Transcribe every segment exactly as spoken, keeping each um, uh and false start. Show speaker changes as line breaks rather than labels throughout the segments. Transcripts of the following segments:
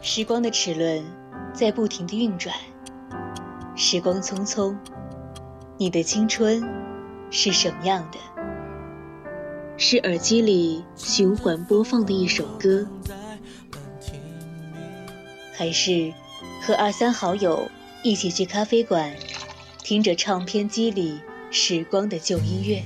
时光的齿轮在不停地运转，时光匆匆，你的青春是什么样的？是耳机里循环播放的一首歌，还是和二三好友一起去咖啡馆，听着唱片机里时光的旧音乐？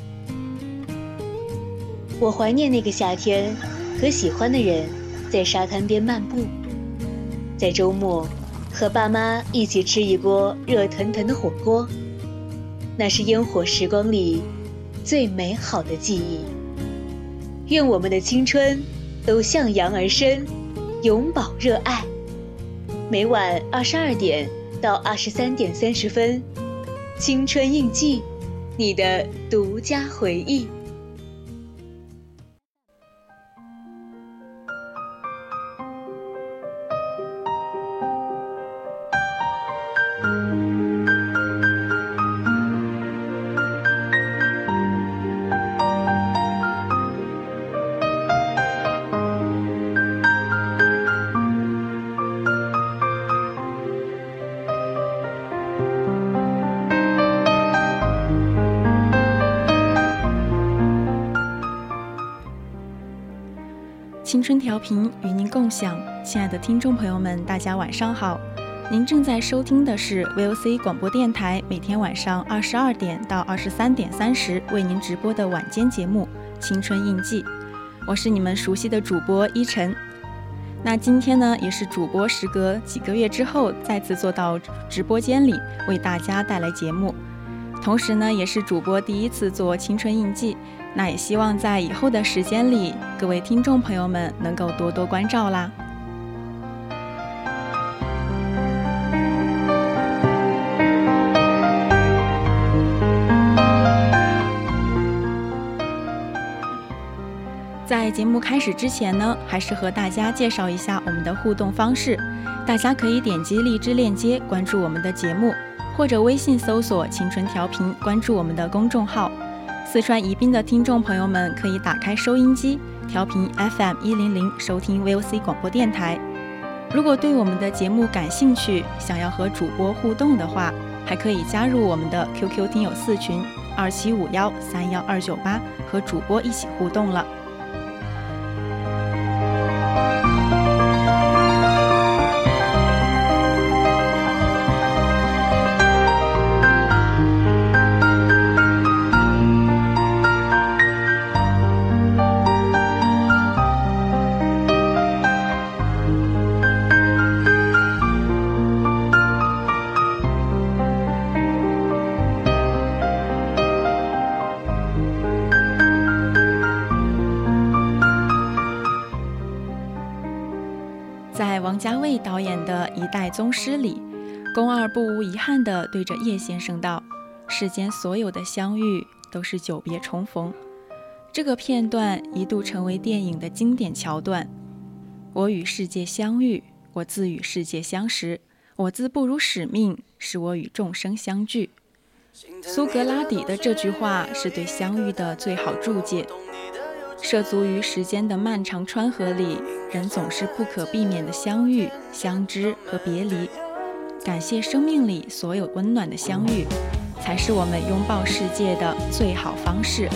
我怀念那个夏天，和喜欢的人在沙滩边漫步，在周末和爸妈一起吃一锅热腾腾的火锅，那是烟火时光里最美好的记忆。愿我们的青春都向阳而生，永葆热爱。每晚二十二点到二十三点三十分，青春印记，你的独家回忆。
青春调频与您共享，亲爱的听众朋友们，大家晚上好。您正在收听的是 V O C 广播电台每天晚上二十二点到二十三点三十为您直播的晚间节目《青春印记》，我是你们熟悉的主播依晨。那今天呢，也是主播时隔几个月之后再次坐到直播间里为大家带来节目，同时呢，也是主播第一次做《青春印记》。那也希望在以后的时间里，各位听众朋友们能够多多关照啦。在节目开始之前呢，还是和大家介绍一下我们的互动方式。大家可以点击荔枝链接关注我们的节目，或者微信搜索青春调频关注我们的公众号。四川宜宾的听众朋友们可以打开收音机，调频 F M 一零零收听 V O C 广播电台。如果对我们的节目感兴趣，想要和主播互动的话，还可以加入我们的 Q Q 听友四群二七五幺三幺二九八，和主播一起互动了。在王家卫导演的《一代宗师》里，宫二不无遗憾地对着叶先生道：“世间所有的相遇都是久别重逢。”这个片段一度成为电影的经典桥段。我与世界相遇，我自与世界相识，我自不辱使命，使我与众生相聚。苏格拉底的这句话是对相遇的最好注解。涉足于时间的漫长川河里，人总是不可避免的相遇、相知和别离。感谢生命里所有温暖的相遇，才是我们拥抱世界的最好方式。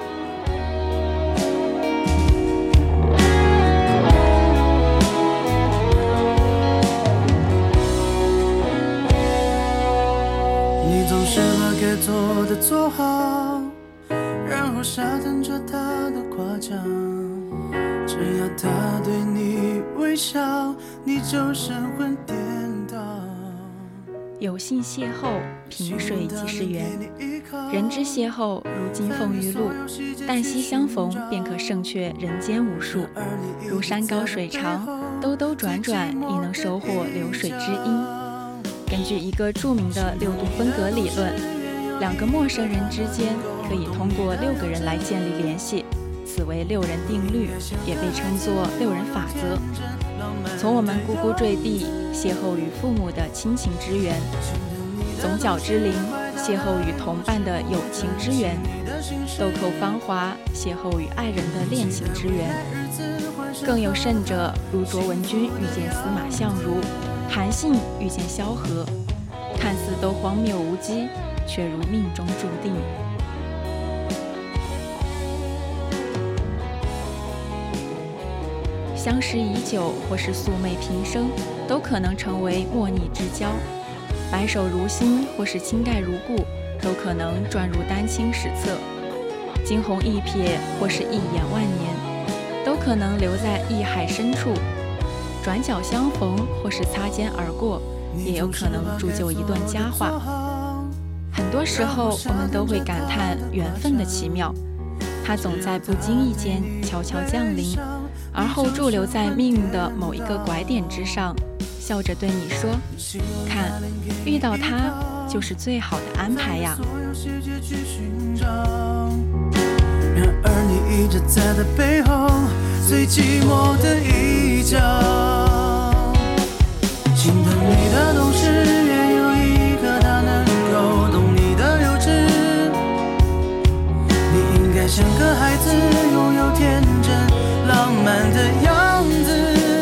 你总是把该做的做好，然后沙滩着他的夸奖，只要他对你微笑，你就神魂颠倒。
有幸邂逅，萍水即是缘。人之邂逅，如金凤玉露，旦夕相逢，便可胜却人间无数。如山高水长，兜兜转转，亦能收获流水知音。根据一个著名的六度分隔理论，两个陌生人之间可以通过六个人来建立联系，此为六人定律，也被称作六人法则。从我们呱呱坠地邂逅与父母的亲情之缘，总角之灵邂逅与同伴的友情之缘，豆蔻芳华邂逅与爱人的恋情之缘。 更有甚者，如卓文君遇见司马相如，韩信遇见萧何，看似都荒谬无稽，却如命中注定。相识已久或是素昧平生，都可能成为莫逆之交；白首如新或是倾盖如故，都可能转入丹青史册；惊鸿一瞥或是一眼万年，都可能留在艺海深处；转角相逢或是擦肩而过，也有可能铸就一段佳话。很多时候，我们都会感叹缘分的奇妙，它总在不经意间悄悄降临，而后驻留在命运的某一个拐点之上，笑着对你说：“看，遇到他就是最好的安排呀。”
然而你一直在他背后最寂寞的一角，心疼你的懂事，也有一个他能够懂你的幼稚。你应该像个孩子，拥有天真浪漫的样子。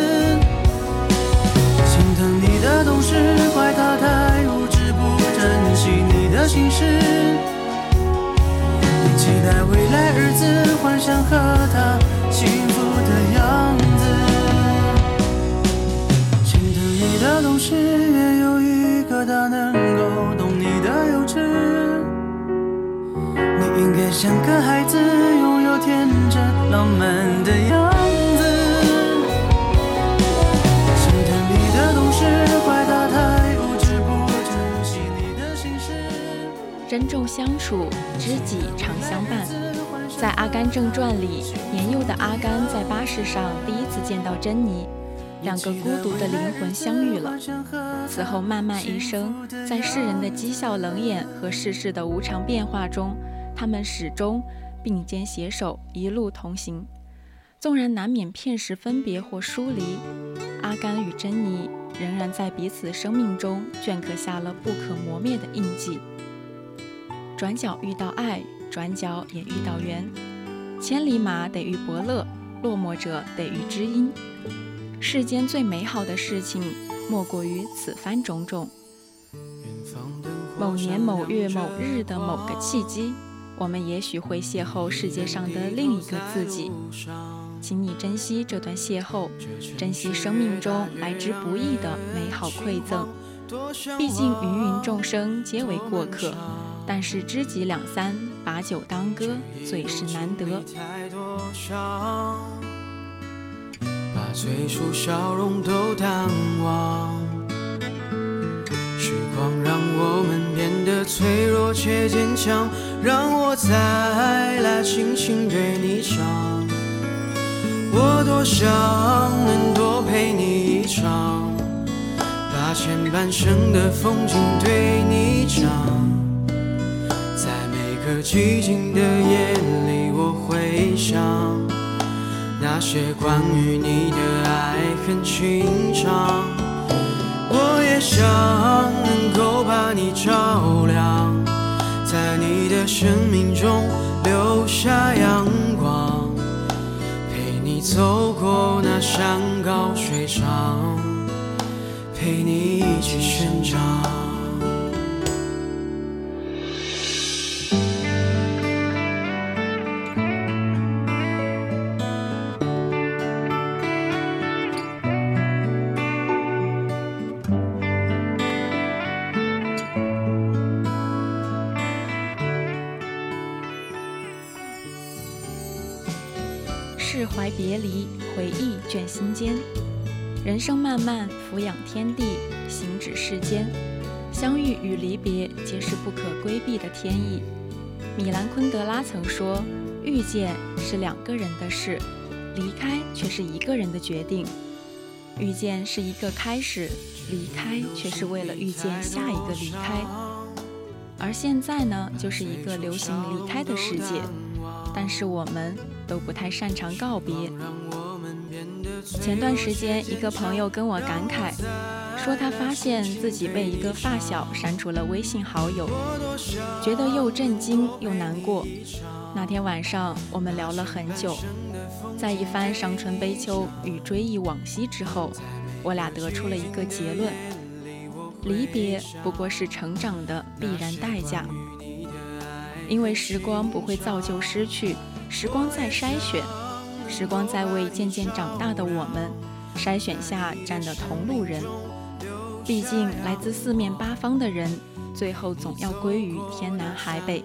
心疼你的懂事，怪他太无知，不珍惜你的心事。你期待未来日子，幻想和他幸福的样子。心疼你的懂事，也有一个他能够懂你的幼稚。你应该像个孩子，拥有天真浪漫的样子。心疼你的懂事，怪他太无知，不珍惜你的心事。
珍重相处，知己常相伴。在《阿甘正传》里，年幼的阿甘在巴士上第一次见到珍妮，两个孤独的灵魂相遇了。此后漫漫一生，在世人的讥笑冷眼和世事的无常变化中，他们始终并肩携手，一路同行。纵然难免片时分别或疏离，阿甘与珍妮仍然在彼此生命中镌刻下了不可磨灭的印记。转角遇到爱，转角也遇到缘。千里马得遇伯乐，落寞者得遇知音。世间最美好的事情，莫过于此番种种。某年某月某日的某个契机，我们也许会邂逅世界上的另一个自己。请你珍惜这段邂逅，珍惜生命中来之不易的美好馈赠。毕竟芸芸众生皆为过客，但是知己两三，把酒当歌，最是难得。
把最初笑容都淡忘，时光让我们变得脆弱且坚强，让我再来轻轻对你唱。我多想能多陪你一场，把前半生的风景对你讲。在每个寂静的夜里，我会想那些关于你的爱很情长。我也想能够把你照亮，在你的生命中留下阳光，陪你走过那山高水长，陪你一起生长。
释怀别离，回忆卷心间。人生漫漫，俯仰天地，行止世间。相遇与离别，皆是不可规避的天意。米兰昆德拉曾说，遇见是两个人的事，离开却是一个人的决定。遇见是一个开始，离开却是为了遇见下一个离开。而现在呢，就是一个流行离开的世界，但是我们都不太擅长告别。前段时间，一个朋友跟我感慨，说他发现自己被一个发小删除了微信好友，觉得又震惊又难过。那天晚上我们聊了很久， 在一番伤春悲秋与追忆往昔之后，我俩得出了一个结论：离别不过是成长的必然代价。因为时光不会造就失去，时光在筛选，时光在为渐渐长大的我们筛选下站的同路人。毕竟来自四面八方的人，最后总要归于天南海北。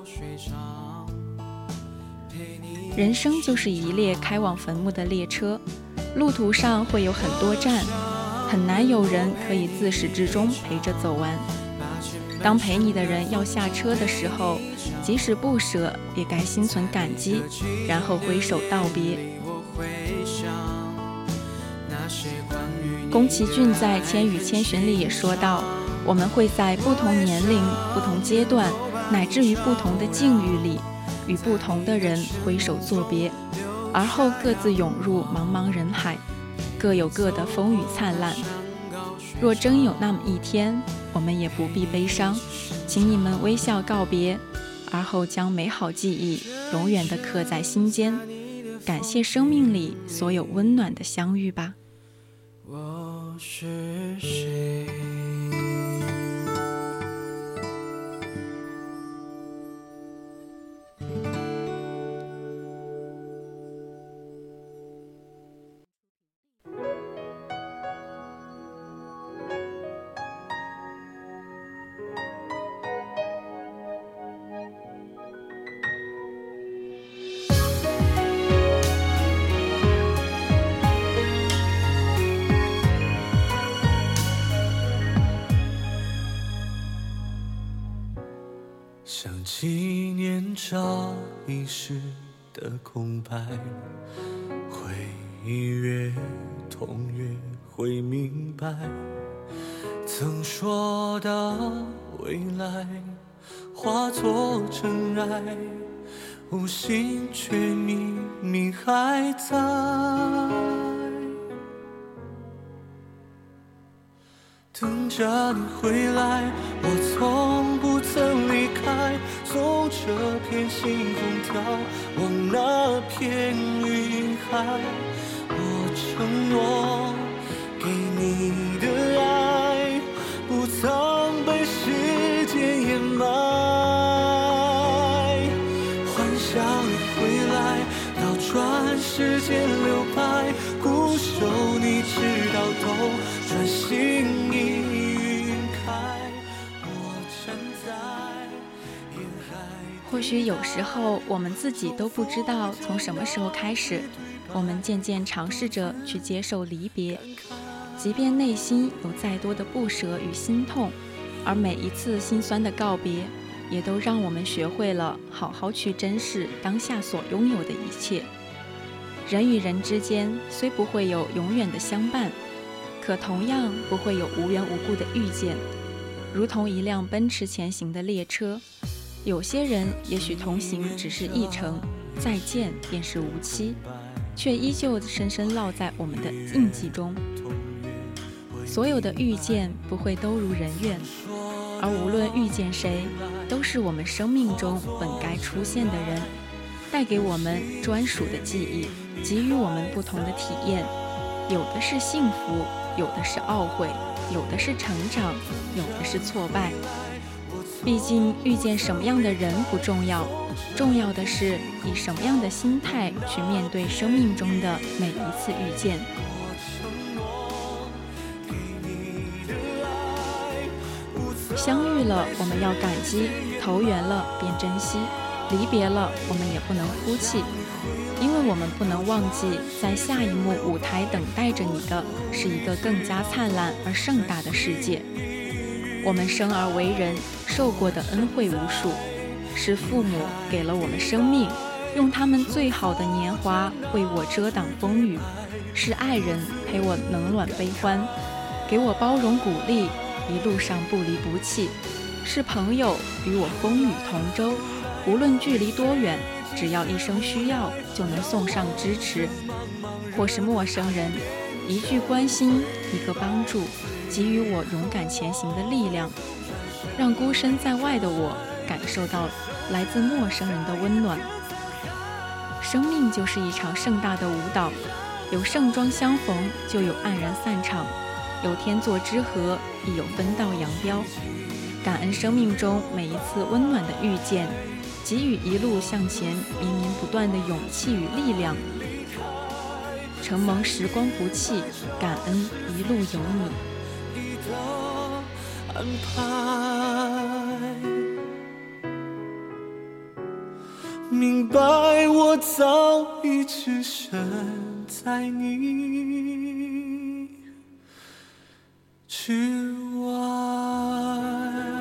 人生就是一列开往坟墓的列车，路途上会有很多站，很难有人可以自始至终陪着走完。当陪你的人要下车的时候，即使不舍，也该心存感激，然后挥手道别。宫崎骏在《千与千寻》里也说到，我们会在不同年龄、不同阶段，乃至于不同的境遇里，与不同的人挥手作别，而后各自涌入茫茫人海，各有各的风雨灿烂。若真有那么一天，我们也不必悲伤，请你们微笑告别，而后将美好记忆永远地刻在心间，感谢生命里所有温暖的相遇吧。
我是谁？想起年少遗失的空白，会越痛越会明白，曾说的未来化作尘埃，无心却明明还在。等着你回来，我从不曾离开，从这片星空眺望那片云海。我承诺给你的爱，不曾被时间掩埋。幻想你回来，倒转时间留白，固守你直到头，专心
或许有时候我们自己都不知道从什么时候开始，我们渐渐尝试着去接受离别，即便内心有再多的不舍与心痛，而每一次心酸的告别，也都让我们学会了好好去珍视当下所拥有的一切。人与人之间虽不会有永远的相伴，可同样不会有无缘无故的遇见。如同一辆奔驰前行的列车，有些人也许同行只是一程，再见便是无期，却依旧深深烙在我们的印记中。所有的遇见不会都如人愿，而无论遇见谁，都是我们生命中本该出现的人，带给我们专属的记忆，给予我们不同的体验。有的是幸福，有的是懊悔，有的是成长，有的是挫败。毕竟遇见什么样的人不重要，重要的是以什么样的心态去面对生命中的每一次遇见。相遇了我们要感激，投缘了便珍惜，离别了我们也不能哭泣，因为我们不能忘记，在下一幕舞台等待着你的是一个更加灿烂而盛大的世界。我们生而为人，受过的恩惠无数，是父母给了我们生命，用他们最好的年华为我遮挡风雨，是爱人陪我冷暖悲欢，给我包容鼓励，一路上不离不弃，是朋友与我风雨同舟，无论距离多远，只要一声需要就能送上支持。或是陌生人，一句关心，一个帮助，给予我勇敢前行的力量，让孤身在外的我感受到来自陌生人的温暖。 生命就是一场盛大的舞蹈，有盛装相逢，就有黯然散场，有天作之合，亦有分道扬镳。感恩生命中每一次温暖的遇见，给予一路向前绵绵不断的勇气与力量。承蒙时光不弃，感恩一路有你。
安排，明白我早已置身在你之外。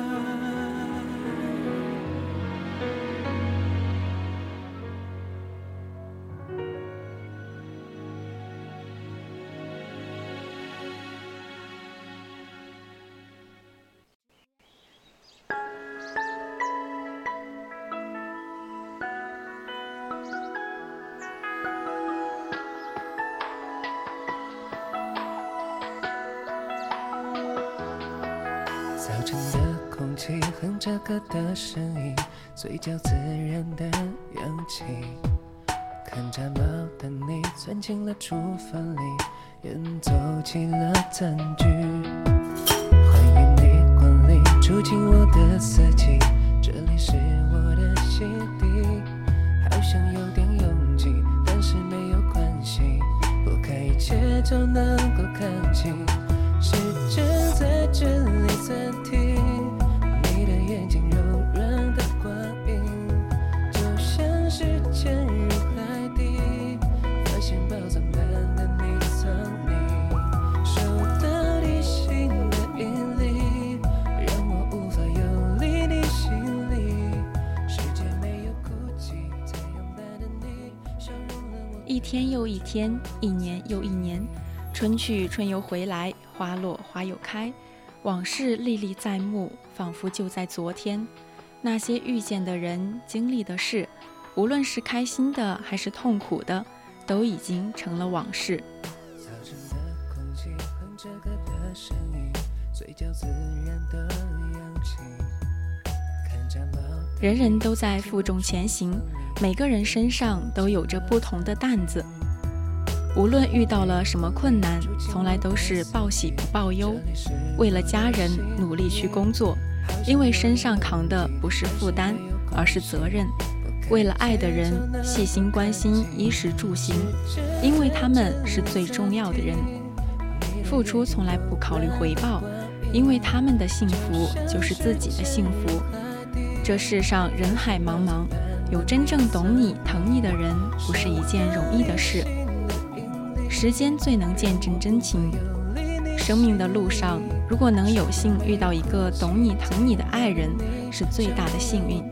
早晨的空气，哼着歌的声音，嘴角自然的扬起。看着猫的你，钻进了厨房里，演奏起了赞句。欢迎你光临，住进我的四季，这里是我的心底。好像有点拥挤，但是没有关系，拨开一切就能够看清。时间在这里暂停，你的眼睛柔软的光影，就像是潜入海底，发现宝藏般的你藏匿，受到你心的引力，让我无法游离你心里。世界没有孤寂，太阳般的你消融了我。
一天又一天，一年又一年，春去春又回来，花落花又开，往事历历在目，仿佛就在昨天。那些遇见的人，经历的事，无论是开心的还是痛苦的，都已经成了往事。
早晨的空气，哼着歌的声音，嘴角自然的扬起。看着猫
人人都在负重前行，每个人身上都有着不同的担子。无论遇到了什么困难，从来都是报喜不报忧，为了家人努力去工作，因为身上扛的不是负担，而是责任。为了爱的人细心关心衣食住行，因为他们是最重要的人。付出从来不考虑回报，因为他们的幸福就是自己的幸福。这世上人海茫茫，有真正懂你疼你的人，不是一件容易的事。时间最能见证真情，生命的路上，如果能有幸遇到一个懂你疼你的爱人，是最大的幸运。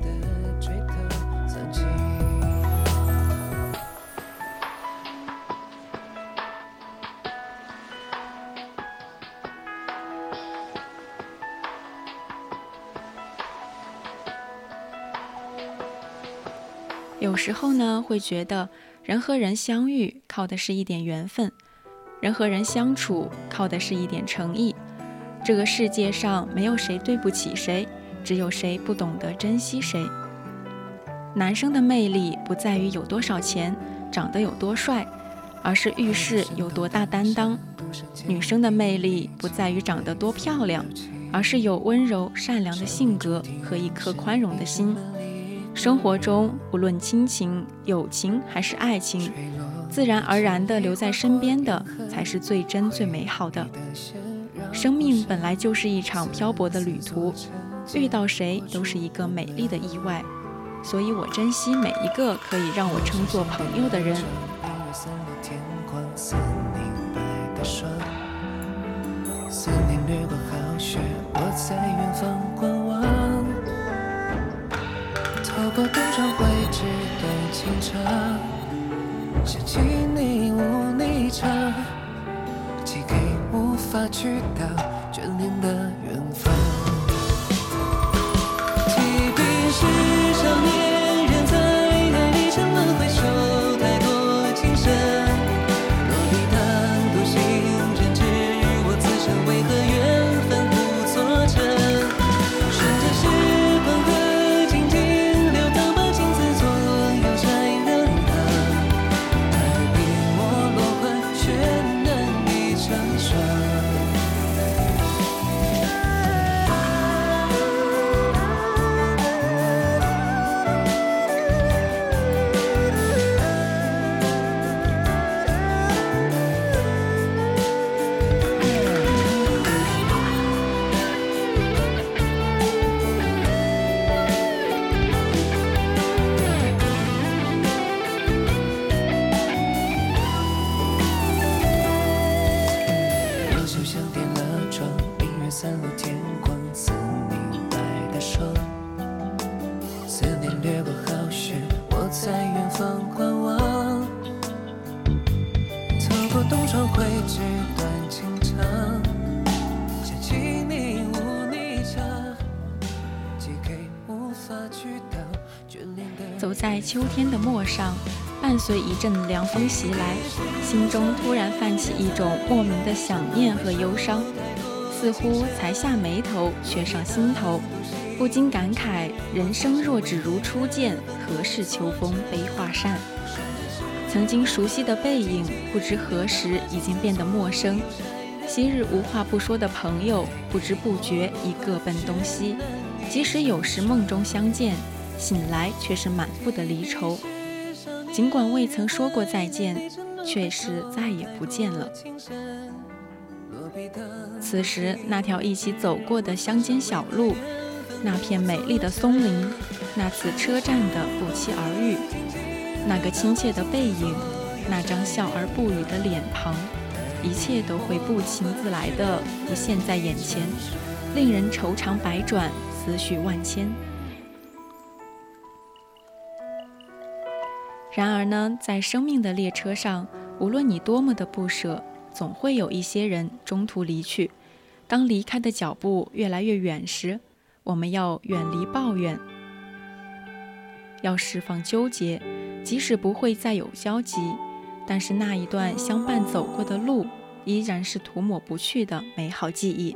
有时候呢，会觉得人和人相遇靠的是一点缘分，人和人相处靠的是一点诚意。这个世界上没有谁对不起谁，只有谁不懂得珍惜谁。男生的魅力不在于有多少钱，长得有多帅，而是遇事有多大担当。女生的魅力不在于长得多漂亮，而是有温柔善良的性格和一颗宽容的心。生活中无论亲情、友情还是爱情，自然而然地留在身边的才是最真最美好的。生命本来就是一场漂泊的旅途，遇到谁都是一个美丽的意外，所以我珍惜每一个可以让我称作朋友的人。
思念掠过好雪，我在远方观望，透过杜撰绘制的情长，想起你无你场，寄给无法去到眷恋的远方。即便是少年人在爱里成了回首，太多情深，若比谈多情真挚，我此生为何缘分不做成？顺着时光的静静流淌，把情字左右缠绕它，
走在秋天的陌上，伴随一阵凉风袭来，心中突然泛起一种莫名的想念和忧伤，似乎才下眉头却上心头，不禁感慨人生若只如初见，何事秋风悲画扇。曾经熟悉的背影，不知何时已经变得陌生，昔日无话不说的朋友，不知不觉已各奔东西，即使有时梦中相见，醒来却是满腹的离愁。尽管未曾说过再见，却是再也不见了。此时那条一起走过的乡间小路，那片美丽的松林，那次车站的不期而遇，那个亲切的背影，那张笑而不语的脸庞，一切都会不请自来地浮现在眼前，令人愁肠百转，思绪万千。然而呢，在生命的列车上，无论你多么的不舍，总会有一些人中途离去。当离开的脚步越来越远时，我们要远离抱怨，要释放纠结，即使不会再有交集，但是那一段相伴走过的路，依然是涂抹不去的美好记忆。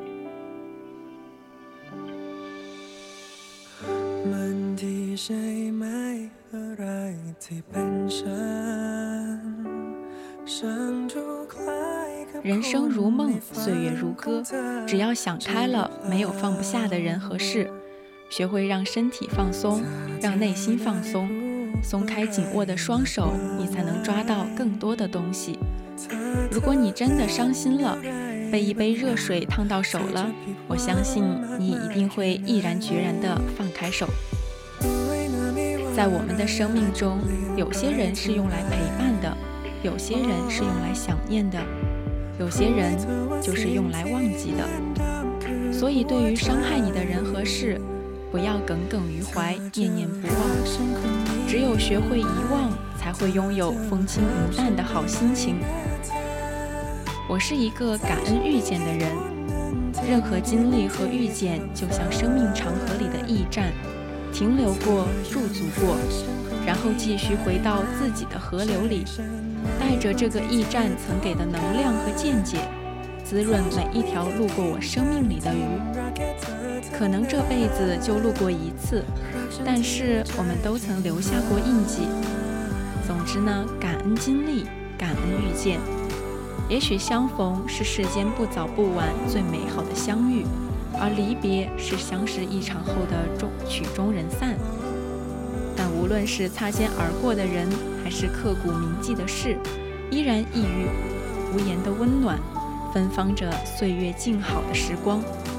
人生如梦，岁月如歌，只要想开了，没有放不下的人和事。学会让身体放松，让内心放松，松开紧握的双手，你才能抓到更多的东西。如果你真的伤心了，被一杯热水烫到手了，我相信你一定会毅然决然地放开手。在我们的生命中，有些人是用来陪伴的，有些人是用来想念的，有些人就是用来忘记的。所以对于伤害你的人和事，不要耿耿于怀，念念不忘。只有学会遗忘，才会拥有风轻云淡的好心情。我是一个感恩遇见的人，任何经历和遇见就像生命长河里的驿站，停留过，驻足过，然后继续回到自己的河流里，带着这个驿站曾给的能量和见解，滋润每一条路过我生命里的鱼。可能这辈子就路过一次，但是我们都曾留下过印记。总之呢，感恩经历，感恩遇见。也许相逢是世间不早不晚最美好的相遇，而离别是相识一场后的终曲终人散。但无论是擦肩而过的人，还是刻骨铭记的事，依然溢于无言的温暖，芬芳着岁月静好的时光。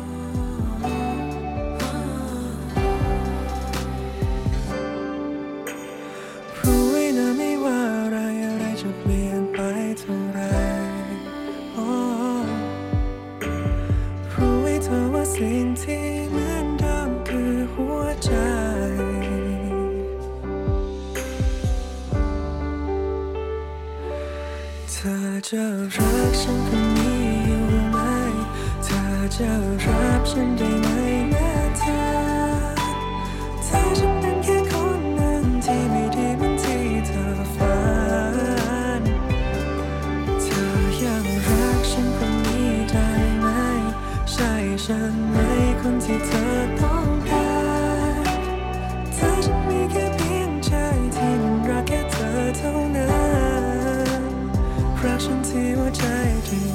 จะรักฉันคนนี้อยู่ไหมเธอจะรับฉันได้ไหมนะเธอเธอฉันเป็นแค่คนหนึ่งที่ไม่ดีเหมือนที่เธอฝันเธอยังรักฉันคนนี้ได้ไหมใช่ฉันไหมคนที่เธอต้องการเธอฉันมีแค่เพียงใจที่มันรักแค่เธอเท่านั้นรักฉันที่หัวใจจริง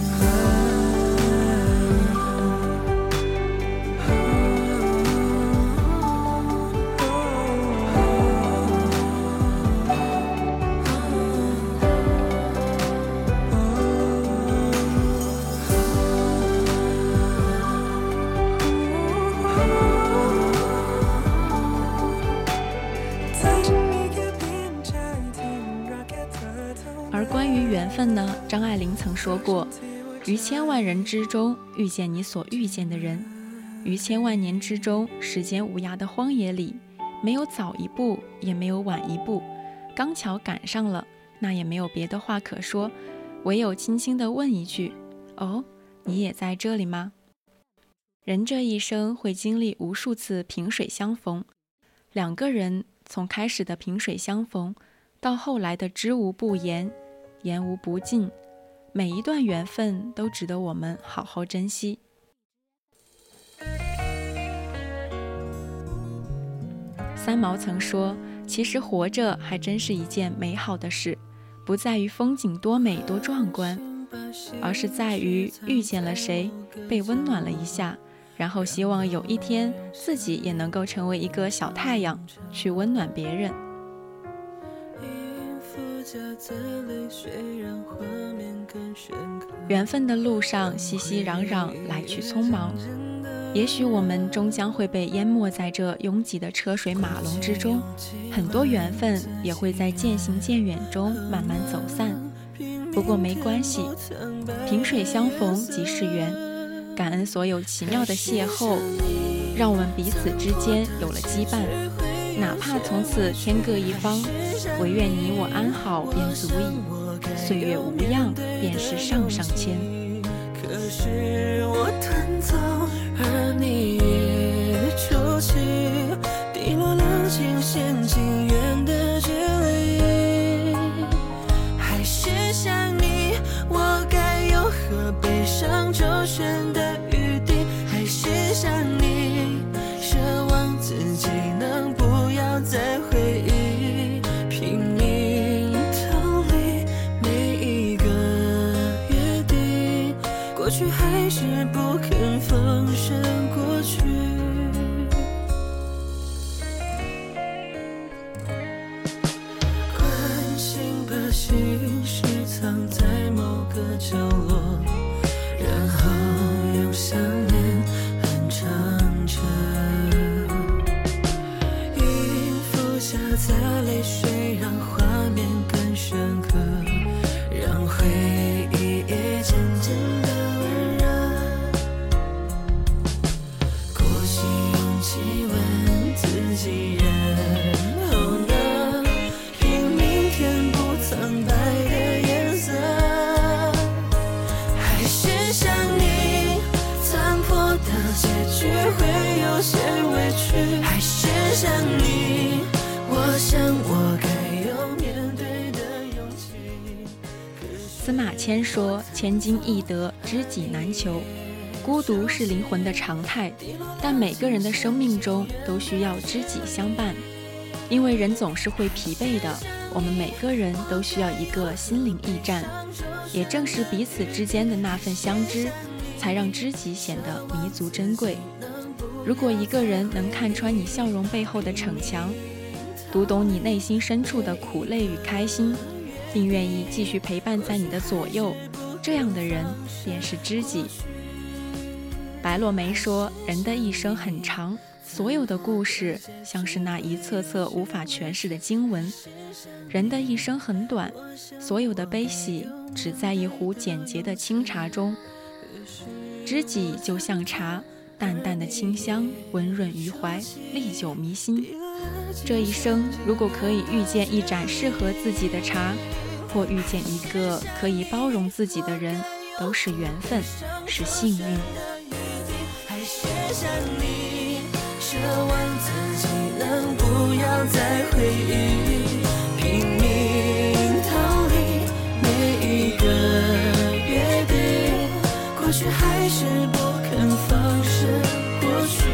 而关于缘分呢，张爱玲曾说过，于千万人之中遇见你所遇见的人，于千万年之中时间无涯的荒野里，没有早一步也没有晚一步，刚巧赶上了，那也没有别的话可说，唯有轻轻地问一句，哦，你也在这里吗？人这一生会经历无数次萍水相逢，两个人从开始的萍水相逢，到后来的知无不言，言无不尽，每一段缘分都值得我们好好珍惜。三毛曾说，其实活着还真是一件美好的事，不在于风景多美多壮观，而是在于遇见了谁，被温暖了一下，然后希望有一天自己也能够成为一个小太阳，去温暖别人。缘分的路上熙熙攘攘，来去匆忙，也许我们终将会被淹没在这拥挤的车水马龙之中，很多缘分也会在渐行渐远中慢慢走散。不过没关系，萍水相逢即是缘，感恩所有奇妙的邂逅，让我们彼此之间有了羁绊，哪怕从此天各一方，唯愿你我安好便足矣，岁月无恙便是上上签。
可是我弹奏，而你也出奇，滴落了渐行渐远的距离。还是想你，我该有何悲伤周旋的余地？还是想你，奢望自己能不要再回忆，拼命逃离每一个约定，过去还是不肯放生过去。关心把心事藏在某个角落，然后用想念哼唱着，音符下的泪水让画面更深刻，让回忆也渐渐的温热。鼓起勇气问自己，然后呢？拼命填补苍白的颜色，还是像你，残破的结局会有些委屈，还是像你，我想我该有面对的勇气。
司马迁说，千金易得，知己难求。孤独是灵魂的常态，但每个人的生命中都需要知己相伴，因为人总是会疲惫的，我们每个人都需要一个心灵驿站。也正是彼此之间的那份相知，才让知己显得弥足珍贵。如果一个人能看穿你笑容背后的逞强，读懂你内心深处的苦累与开心，并愿意继续陪伴在你的左右，这样的人便是知己。白落梅说，人的一生很长，所有的故事像是那一册册无法诠释的经文。人的一生很短，所有的悲喜只在一壶简洁的清茶中。知己就像茶，淡淡的清香，温润于怀，历久弥新。这一生如果可以遇见一盏适合自己的茶，或遇见一个可以包容自己的人，都是缘分，是幸运。
还是像你，奢望自己能不要再回忆，拼命逃离每一个约定，过去还是不肯放生过去。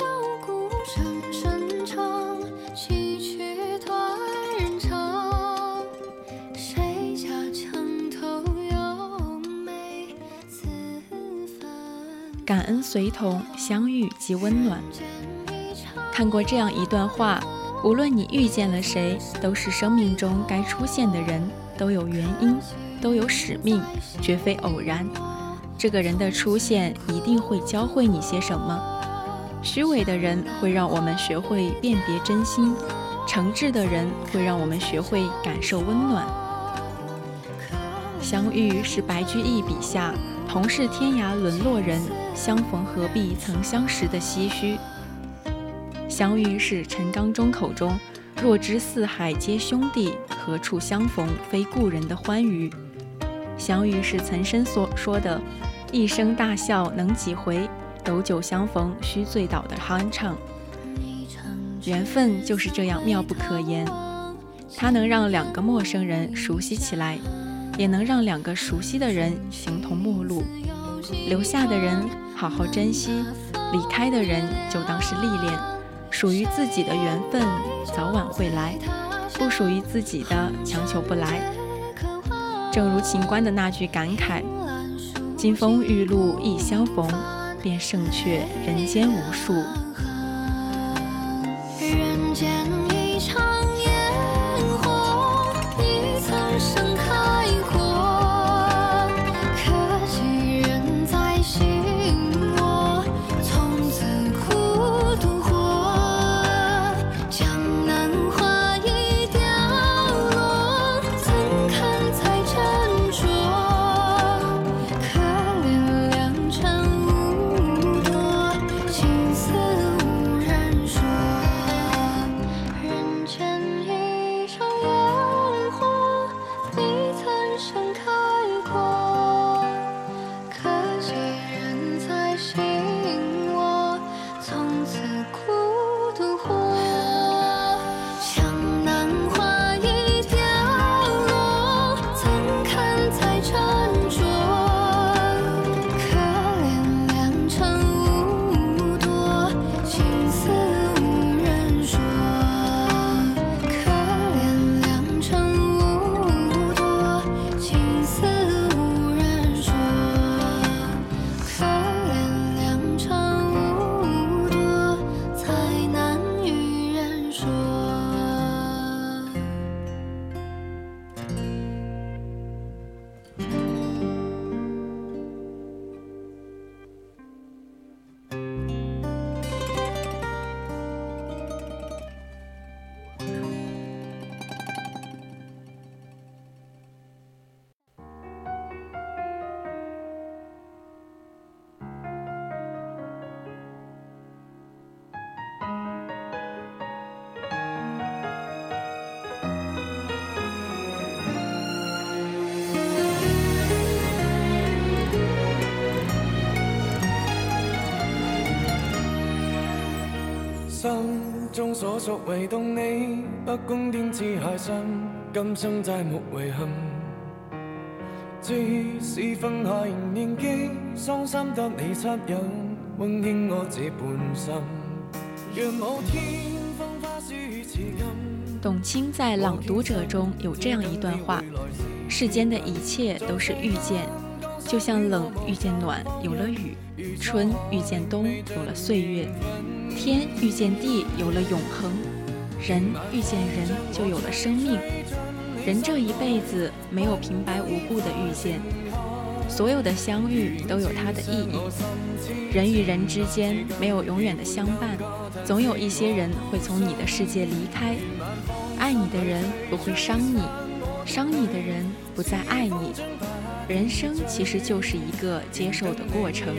声声唱，崎岖断人肠。
感恩随同，相遇即温暖。看过这样一段话，无论你遇见了谁，都是生命中该出现的人，都有原因，都有使命，绝非偶然。这个人的出现一定会教会你些什么。虚伪的人会让我们学会辨别真心，诚挚的人会让我们学会感受温暖。相遇是白居易笔下同是天涯沦落人，相逢何必曾相识的唏嘘。相遇是陈刚中口中若知四海皆兄弟，何处相逢非故人的欢愉。相遇是岑参所说的一生大笑能几回，斗酒相逢须醉倒的酣畅。缘分就是这样妙不可言，它能让两个陌生人熟悉起来，也能让两个熟悉的人形同陌路。留下的人好好珍惜，离开的人就当是历练。属于自己的缘分早晚会来，不属于自己的强求不来。正如秦观的那句感慨，金风玉露一相逢，便胜却人间无数。
人间一场烟火，你曾盛开过，可惜人在心窝，从此苦独活。江南花已凋落，怎堪才斟酌？可怜良辰无多，情丝无人说。人间一场烟火，你曾盛开过，可惜人在心窝，从此苦独活。江南花已凋落，怎堪才斟酌？可怜良辰无多，情丝无人说。可怜良辰无多，情丝无人说。可怜良辰无多，才难与人说。
心中所屬唯獨你，不公天之蟹身，今生債無遺憾。即使分下仍念記，傷心得你惻隱，溫馨我這半生。若某天風花雪似金。
董卿在《朗讀者》中有这样一段话：世间的一切都是遇见，就像冷遇见暖有了雨，春遇见冬有了岁月，天遇见地有了永恒，人遇见人就有了生命。人这一辈子没有平白无故的遇见，所有的相遇都有它的意义。人与人之间没有永远的相伴，总有一些人会从你的世界离开。爱你的人不会伤你，伤你的人不再爱你。人生其实就是一个接受的过程。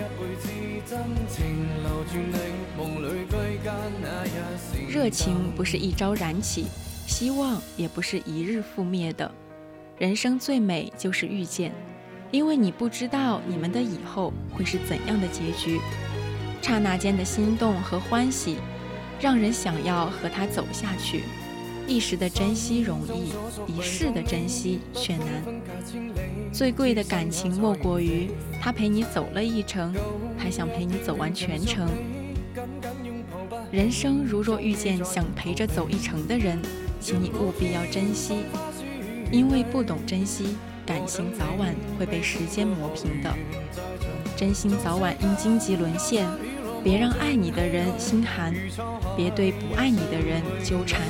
热情不是一朝燃起，希望也不是一日覆灭的。人生最美就是遇见，因为你不知道你们的以后会是怎样的结局。刹那间的心动和欢喜，让人想要和他走下去。一时的珍惜容易，一世的珍惜却难。最贵的感情莫过于他陪你走了一程，还想陪你走完全程。人生如若遇见想陪着走一程的人，请你务必要珍惜，因为不懂珍惜，感情早晚会被时间磨平的。 真心早晚因荆棘沦陷，别让爱你的人心寒，别对不爱你的人纠缠。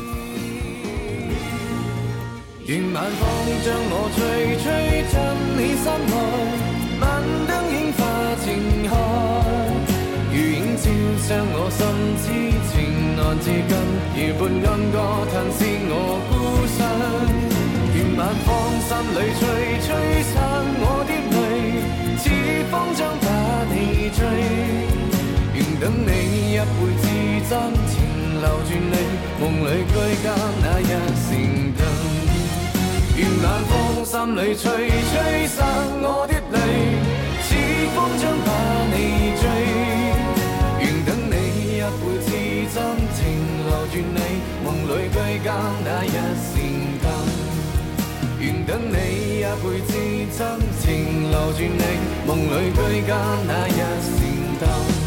願晚風將我吹吹進你心內，晚燈映花正開，如映照將我心痴情難自禁，搖伴暗歌嘆息我孤身。願晚風心裏吹吹散我的淚，似風箏把你追，願等你一輩子真情留住你，夢裏居家那日成燈。願晚風心裏吹吹散我的淚，似風箏把你追，願等你一輩子真情留住你，夢裏居家那日成燈。願等你一輩子真情留住你，夢裏居家那日成燈。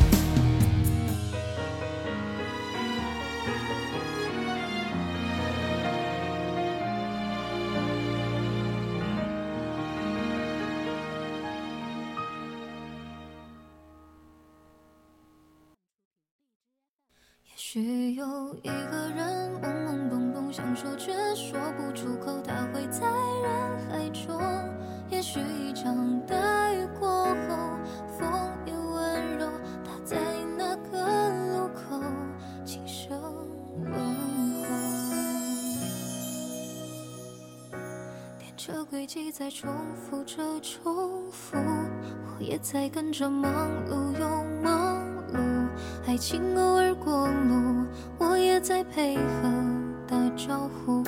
也许有一个人懵懵懂懂想说却说不出口，他会在人海中。也许一场大雨过后，风也温柔，他在那个路口轻声问候。电车轨迹在重复着重复，我也在跟着忙碌又忙碌，爱情偶尔过路，我也在配合打招呼。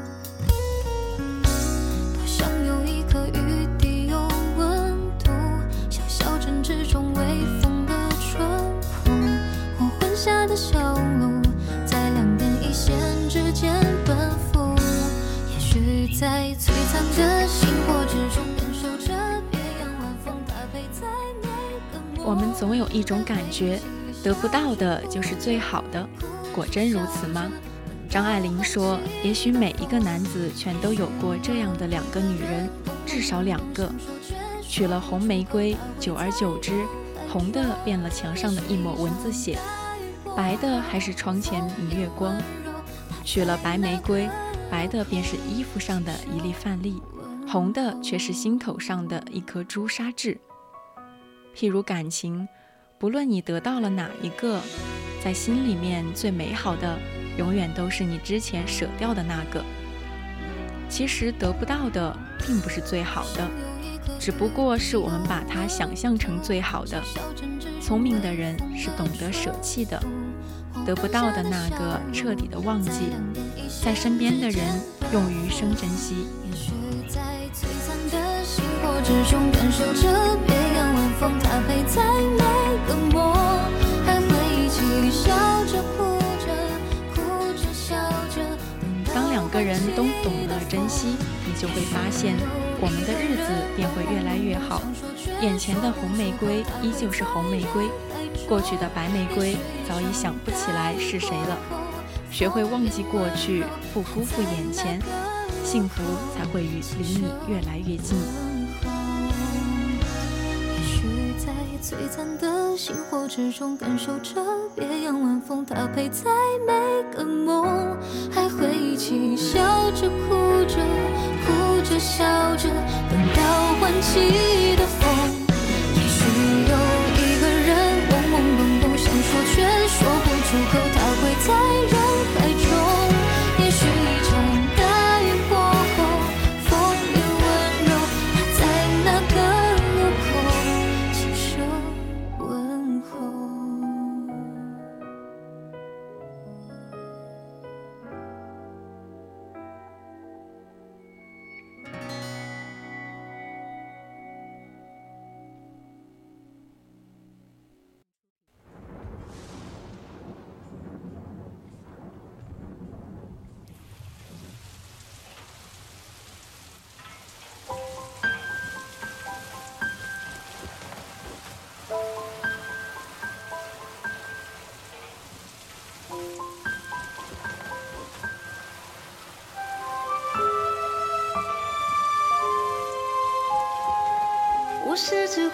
多想有一颗雨滴有温度，像小镇之中微风的淳朴。黄昏下的小路，在两点一线之间奔赴。也许在璀璨的星火之中，感受着别样晚风搭配在每个。
我们总有一种感觉，得不到的就是最好的，果真如此吗？张爱玲说，也许每一个男子全都有过这样的两个女人，至少两个。娶了红玫瑰，久而久之，红的变了墙上的一抹蚊子血，白的还是窗前明月光。娶了白玫瑰，白的便是衣服上的一粒饭粒，红的却是心头上的一颗朱砂痣。譬如感情，不论你得到了哪一个，在心里面最美好的永远都是你之前舍掉的那个。其实得不到的并不是最好的，只不过是我们把它想象成最好的。聪明的人是懂得舍弃的，得不到的那个彻底的忘记，在身边的人用余生珍惜。
也许在璀璨的星火之中，感受着别样晚风搭配在每个梦，还会一起笑着哭着哭着笑着。
当两个人都懂得珍惜，你就会发现我们的日子便会越来越好。眼前的红玫瑰依旧是红玫瑰，过去的白玫瑰早已想不起来是谁了。学会忘记过去，不辜负眼前，幸福才会与离你越来越近。
也许在璀璨的星火之中，感受着别样晚风搭配在每个梦，还会一起笑着哭着哭着笑着，等到换季的风。也许有一个人懵懵懂懂想说却说不出口，他会在人海中。也许一场大雨过后，风也温柔，他在那个路口轻声问候。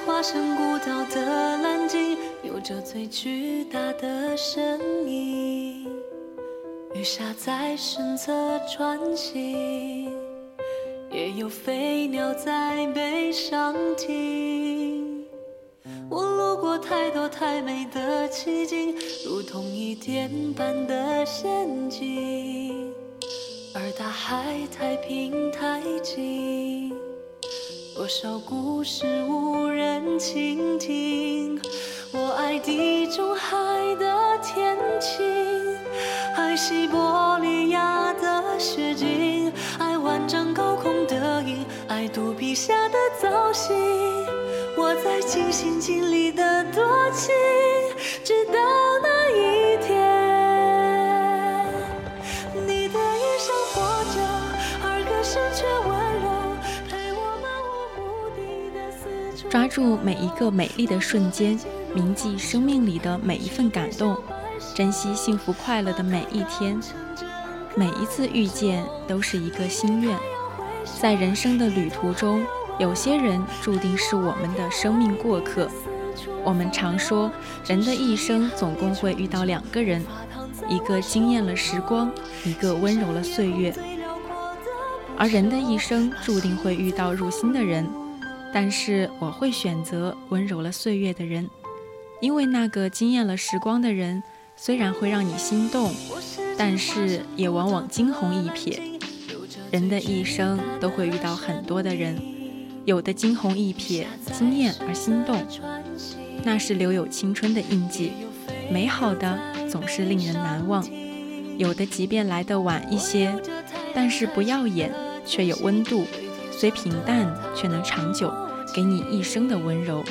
化身孤岛的蓝鲸，有着最巨大的身影。鱼虾在身侧穿行，也有飞鸟在背上停。我路过太多太美的奇景，如同一点般的陷阱，而大海太平太静，多少故事无人倾听。我爱地中海的天晴，爱西伯利亚的雪景，爱万丈高空的鹰，爱肚皮下的造型。我在尽心尽力的多情，直到那一天，你的衣裳破旧，而歌声却温柔，陪我漫无目的的四处。
抓住每一个美丽的瞬间，铭记生命里的每一份感动，珍惜幸福快乐的每一天。每一次遇见都是一个心愿。在人生的旅途中，有些人注定是我们的生命过客。我们常说，人的一生总共会遇到两个人，一个惊艳了时光，一个温柔了岁月。而人的一生注定会遇到入心的人，但是我会选择温柔了岁月的人，因为那个惊艳了时光的人，虽然会让你心动，但是也往往惊鸿一瞥。人的一生都会遇到很多的人，有的惊鸿一瞥，惊艳而心动，那是留有青春的印记，美好的总是令人难忘。有的即便来得晚一些，但是不耀眼，却有温度，虽平淡却能长久，给你一生的温柔。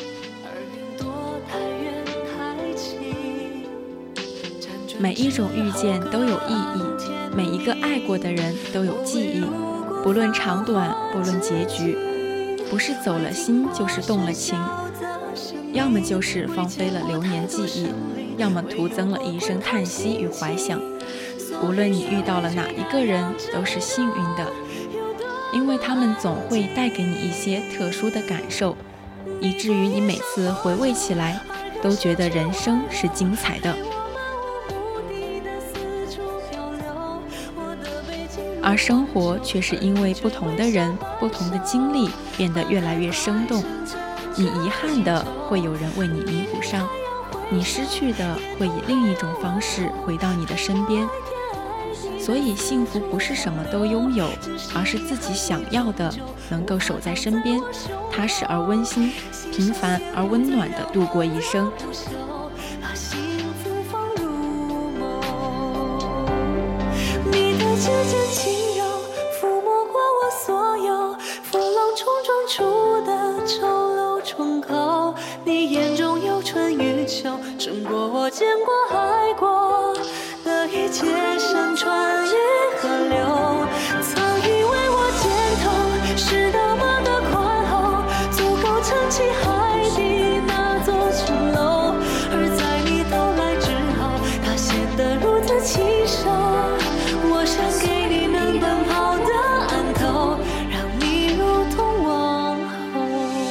每一种遇见都有意义，每一个爱过的人都有记忆，不论长短，不论结局，不是走了心，就是动了情，要么就是放飞了流年记忆，要么徒增了一生叹息与怀想。无论你遇到了哪一个人，都是幸运的，因为他们总会带给你一些特殊的感受，以至于你每次回味起来，都觉得人生是精彩的。而生活却是因为不同的人、不同的经历，变得越来越生动。你遗憾的，会有人为你弥补上；你失去的，会以另一种方式回到你的身边。所以，幸福不是什么都拥有，而是自己想要的，能够守在身边，踏实而温馨，平凡而温暖地度过一生。
指尖轻柔抚摸过我所有浮浪冲撞出的丑陋窗口，你眼中有春与秋，胜过我见过爱过的一切山川与河流。曾以为我肩头是多么的宽厚，足够撑起海底那座城楼，而在你到来之后，它显得如此清瘦。我想给你能奔跑的岸头，让你如同王后。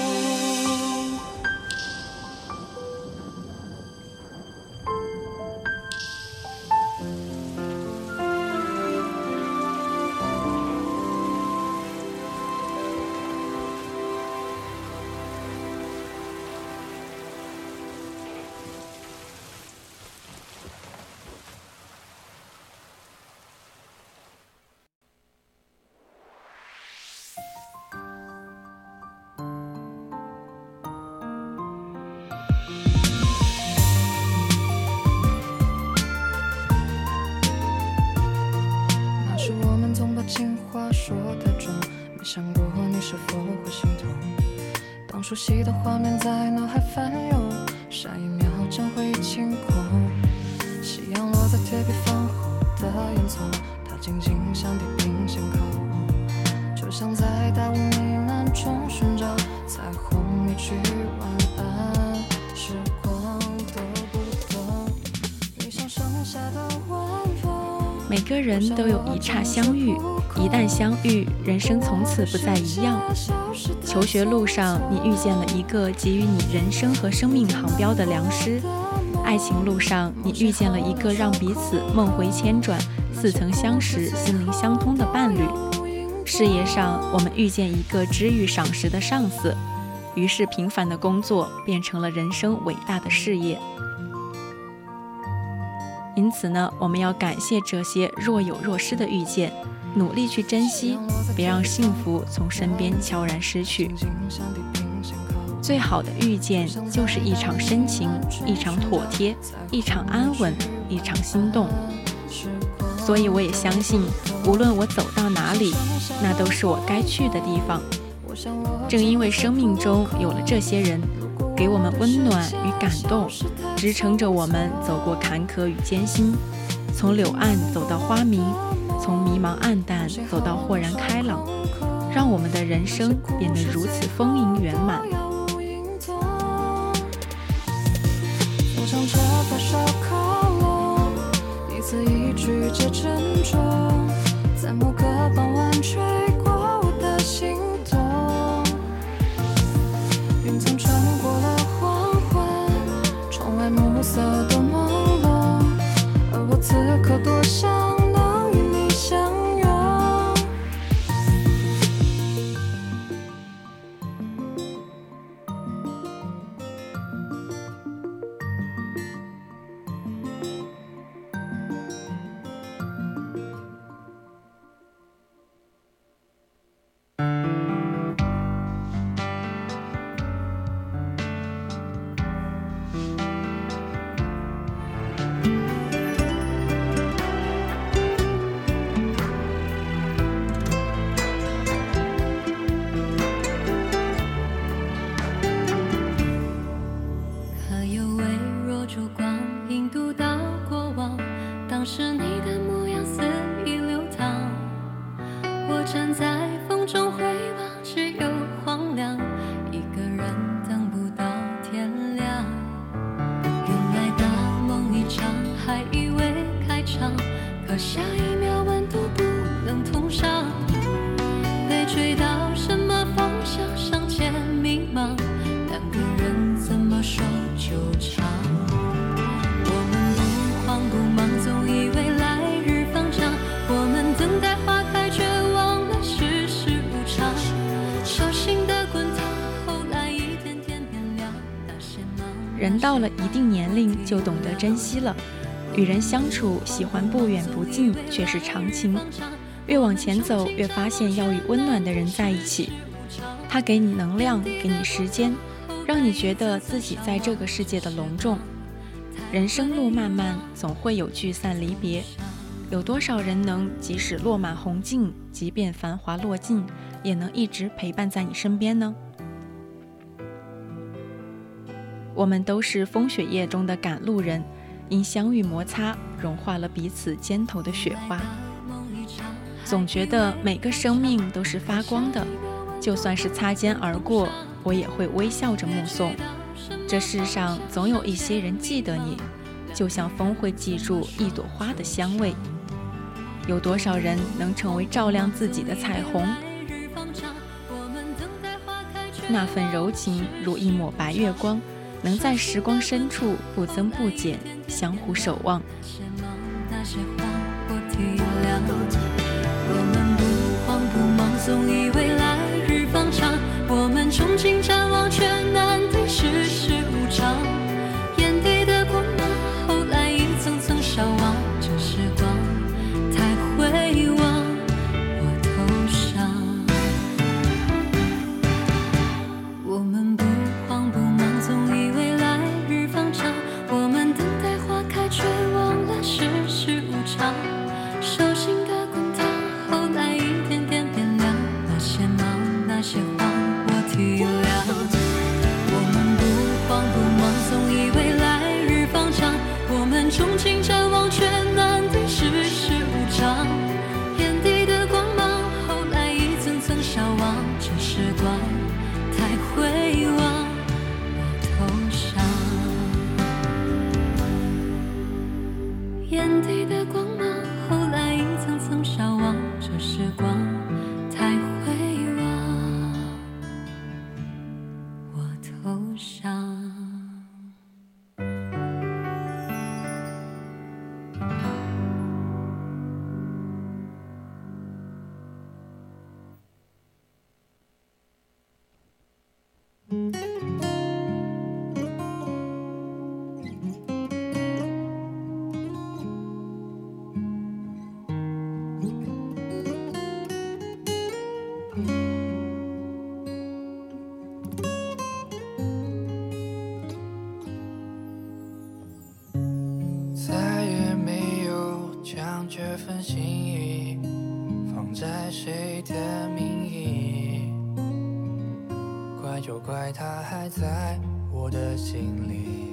情话说太重，没想过你是否会心痛。当熟悉的画面在脑海翻涌，下一秒将回忆清空。夕阳落在铁皮房后的烟囱，它静静向地平线靠拢，就像在大雾弥漫中寻找彩虹，一句晚安，时光都不懂。你像盛夏的晚风，
每个人都有一刹相遇， 一旦相遇，人生从此不再一样。求学路上，你遇见了一个给予你人生和生命航标的良师；爱情路上，你遇见了一个让彼此梦回千转、似曾相识、心灵相通的伴侣；事业上，我们遇见一个知遇赏识的上司，于是平凡的工作变成了人生伟大的事业。因此呢，我们要感谢这些若有若失的遇见，努力去珍惜，别让幸福从身边悄然失去。最好的遇见就是一场深情，一场妥帖，一场安稳，一场心动。所以我也相信，无论我走到哪里，那都是我该去的地方。正因为生命中有了这些人，给我们温暖与感动，支撑着我们走过坎坷与艰辛，从柳暗走到花明，从迷茫暗淡走到豁然开朗，让我们的人生变得如此丰盈圆满。
分享着发烧烤落，一字一句皆沉重，在某个傍晚吹过我的心动。云层穿过了黄昏，窗外暮色多朦胧，而我此刻多想能与你相拥。
人到了一定年龄就懂得珍惜了，与人相处喜欢不远不近却是常情，越往前走越发现要与温暖的人在一起，他给你能量，给你时间，让你觉得自己在这个世界的隆重。人生路漫漫，总会有聚散离别，有多少人能即使落满红尽，即便繁华落尽，也能一直陪伴在你身边呢？我们都是风雪夜中的赶路人，因相遇摩擦，融化了彼此肩头的雪花。总觉得每个生命都是发光的，就算是擦肩而过，我也会微笑着目送。这世上总有一些人记得你，就像风会记住一朵花的香味。有多少人能成为照亮自己的彩虹？那份柔情如一抹白月光，能在时光深处不增不减，相互守望。
我们不慌不忙，总以为来日方长，我们憧憬展望，却难敌世事无常。眼底的光芒，后来一层层消亡，这时光太回望我头上。我们不慌不忙，总以为来日方长，我们等待花开，却忘了世事无常。手心的滚烫，后来一点点变凉，那些忙，那些慌，我体谅。我们不慌不忙，总以为来日方长，我们憧憬展望，却难敌世事无常。眼底的光芒，后来一层层消亡，这时光太回望我头上。眼底的光芒，后来一层层消亡，这时光
怪它还在我的心里。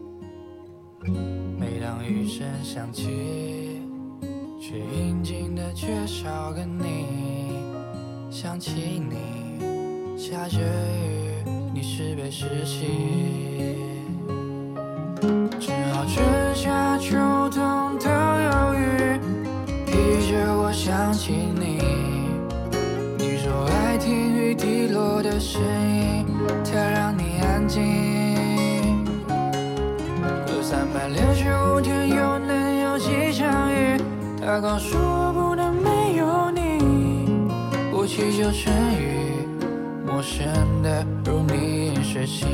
每当雨声响起，却阴静的缺少个你。想起你，下着雨，你是被湿气。只好春夏秋冬都有雨，披着我想起你。你说爱听雨滴落的声音，它让你安静。可三百六十五天又能有几场雨？它告诉我不能没有你。我祈求成雨，陌生的如你饮水情。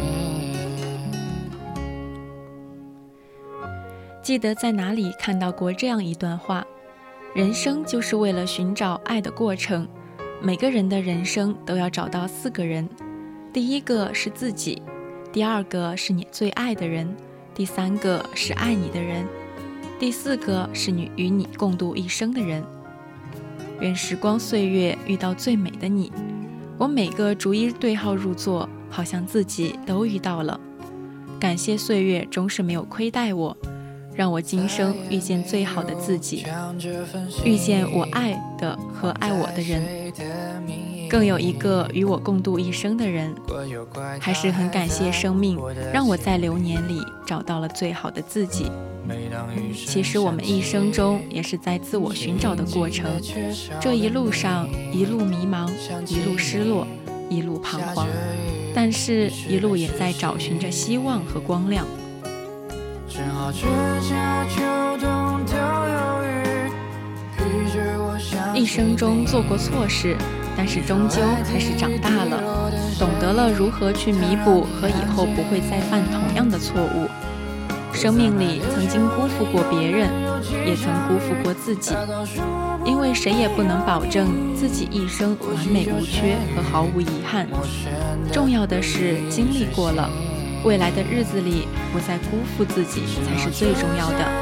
记得在哪里看到过这样一段话：人生就是为了寻找爱的过程，每个人的人生都要找到四个人，第一个是自己，第二个是你最爱的人，第三个是爱你的人，第四个是你与你共度一生的人。愿时光岁月遇到最美的你，我每个逐一对号入座，好像自己都遇到了。感谢岁月终是没有亏待我，让我今生遇见最好的自己，遇见我爱的和爱我的人，更有一个与我共度一生的人。还是很感谢生命，让我在流年里找到了最好的自己。其实我们一生中也是在自我寻找的过程，这一路上一路迷茫，一路失落，一路彷徨，但是一路也在找寻着希望和光亮。一生中做过错事，但是终究还是长大了，懂得了如何去弥补和以后不会再犯同样的错误。生命里曾经辜负过别人，也曾辜负过自己，因为谁也不能保证自己一生完美无缺和毫无遗憾。重要的是经历过了，未来的日子里不再辜负自己才是最重要的。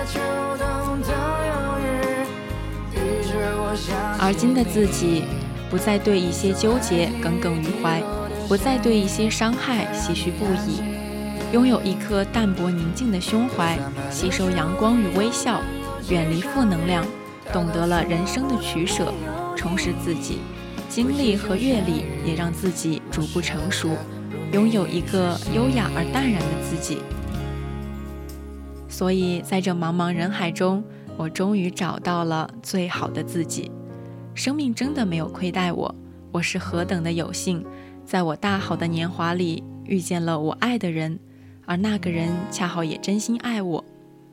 而今的自己，不再对一些纠结耿耿于怀，不再对一些伤害唏嘘不已，拥有一颗淡泊宁静的胸怀，吸收阳光与微笑，远离负能量，懂得了人生的取舍，充实自己。经历和阅历也让自己逐步成熟，拥有一个优雅而淡然的自己。所以在这茫茫人海中，我终于找到了最好的自己。生命真的没有亏待我，我是何等的有幸，在我大好的年华里遇见了我爱的人，而那个人恰好也真心爱我。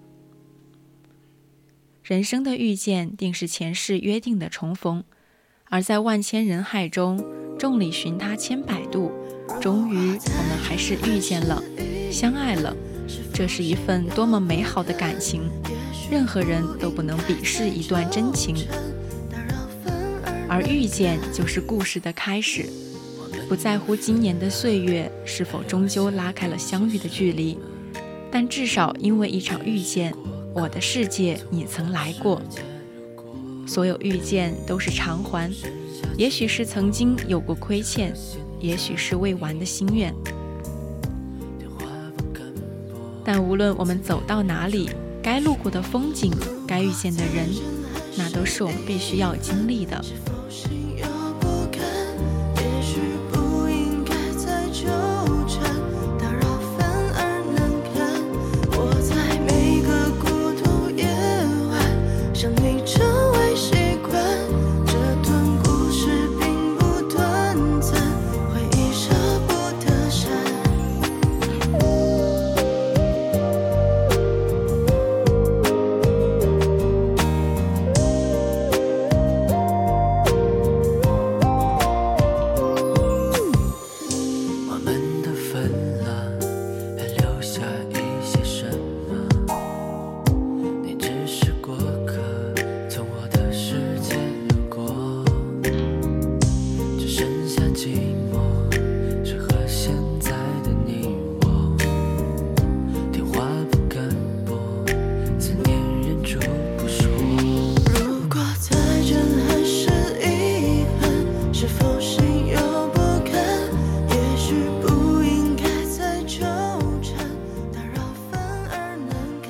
人生的遇见定是前世约定的重逢，而在万千人海中，众里寻他千百度，终于我们还是遇见了，相爱了。这是一份多么美好的感情，任何人都不能鄙视一段真情。而遇见就是故事的开始，不在乎今年的岁月是否终究拉开了相遇的距离，但至少因为一场遇见，我的世界你曾来过。所有遇见都是偿还，也许是曾经有过亏欠，也许是未完的心愿。但无论我们走到哪里，该路过的风景，该遇见的人，那都是我们必须要经历的。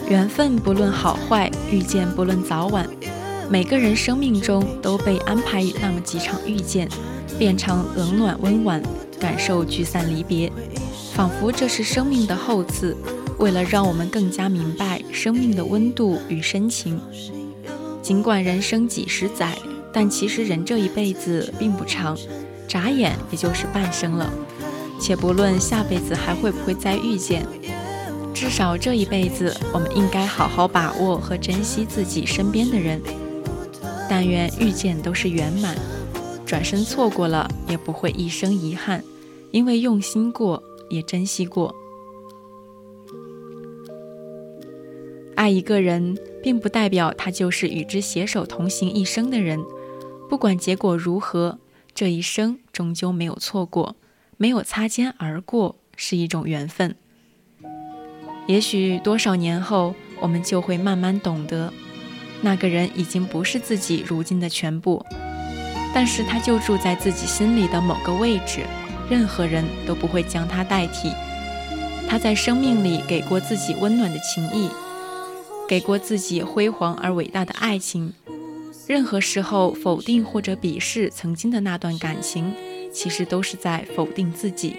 缘分不论好坏，遇见不论早晚，每个人生命中都被安排那么几场遇见，变成冷暖温婉，感受聚散离别，仿佛这是生命的厚赐，为了让我们更加明白生命的温度与深情。尽管人生几十载，但其实人这一辈子并不长，眨眼也就是半生了。且不论下辈子还会不会再遇见，至少这一辈子我们应该好好把握和珍惜自己身边的人。但愿遇见都是圆满，转身错过了也不会一生遗憾，因为用心过，也珍惜过。爱一个人，并不代表他就是与之携手同行一生的人，不管结果如何，这一生终究没有错过，没有擦肩而过，是一种缘分。也许多少年后，我们就会慢慢懂得，那个人已经不是自己如今的全部，但是他就住在自己心里的某个位置，任何人都不会将他代替。他在生命里给过自己温暖的情谊，给过自己辉煌而伟大的爱情。任何时候否定或者鄙视曾经的那段感情，其实都是在否定自己。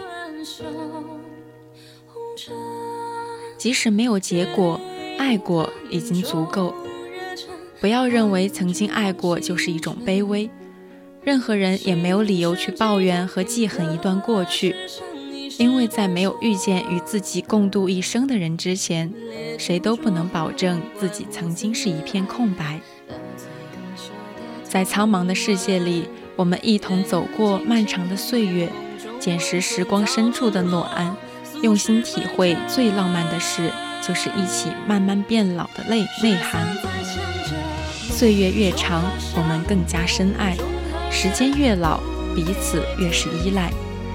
即使没有结果，爱过已经足够。不要认为曾经爱过就是一种卑微，任何人也没有理由去抱怨和记恨一段过去，因为在没有遇见与自己共度一生的人之前，谁都不能保证自己曾经是一片空白。在苍茫的世界里，我们一同走过漫长的岁月，捡拾时光深处的诺安，用心体会最浪漫的事，就是一起慢慢变老的内内涵。岁月越长，我们更加深爱；时间越老，彼此越是依赖。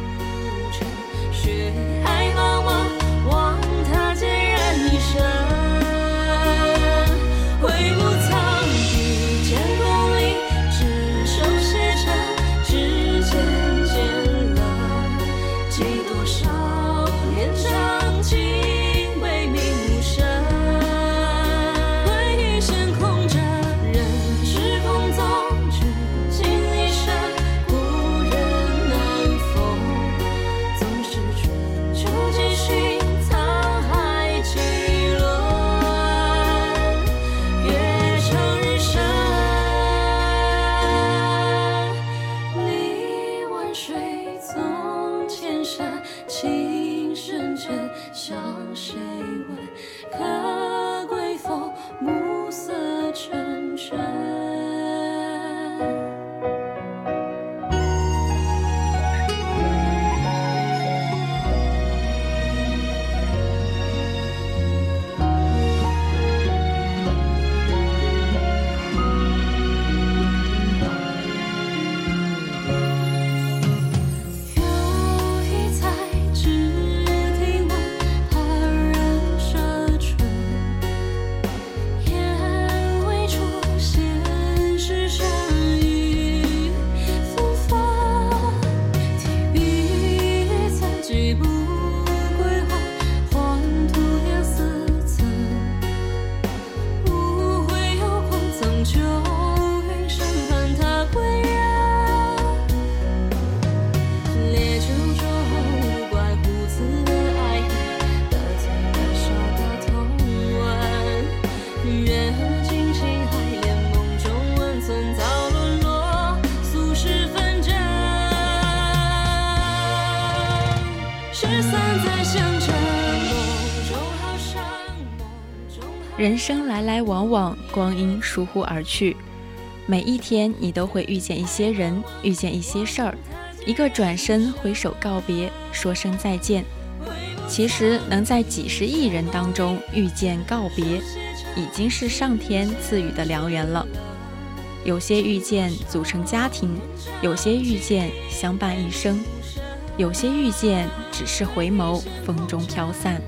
人生来来往往，光阴疏忽而去，每一天你都会遇见一些人，遇见一些事儿，一个转身挥手告别，说声再见。其实能在几十亿人当中遇见告别，已经是上天赐予的良缘了。有些遇见组成家庭，有些遇见相伴一生，有些遇见只是回眸，风中飘散。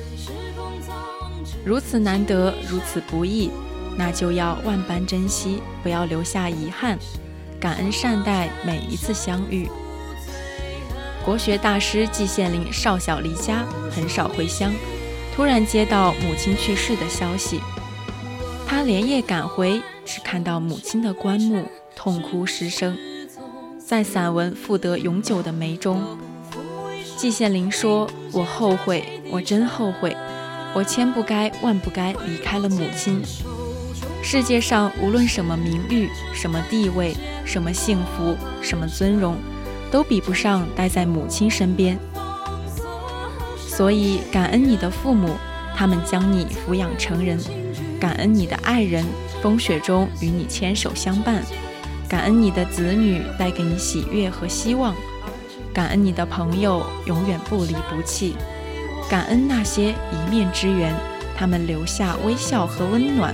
如此难得，如此不易，那就要万般珍惜，不要留下遗憾，感恩善待每一次相遇。国学大师季羡林少小离家，很少回乡， 突然接到母亲去世的消息，他连夜赶回，只看到母亲的棺木，痛哭失声。在散文《复得永久的梅》中，季羡林说：我后悔，我真后悔，我千不该万不该离开了母亲。世界上无论什么名誉，什么地位，什么幸福，什么尊荣，都比不上待在母亲身边。所以感恩你的父母，他们将你抚养成人；感恩你的爱人，风雪中与你牵手相伴；感恩你的子女，带给你喜悦和希望；感恩你的朋友，永远不离不弃；感恩那些一面之缘，他们留下微笑和温暖。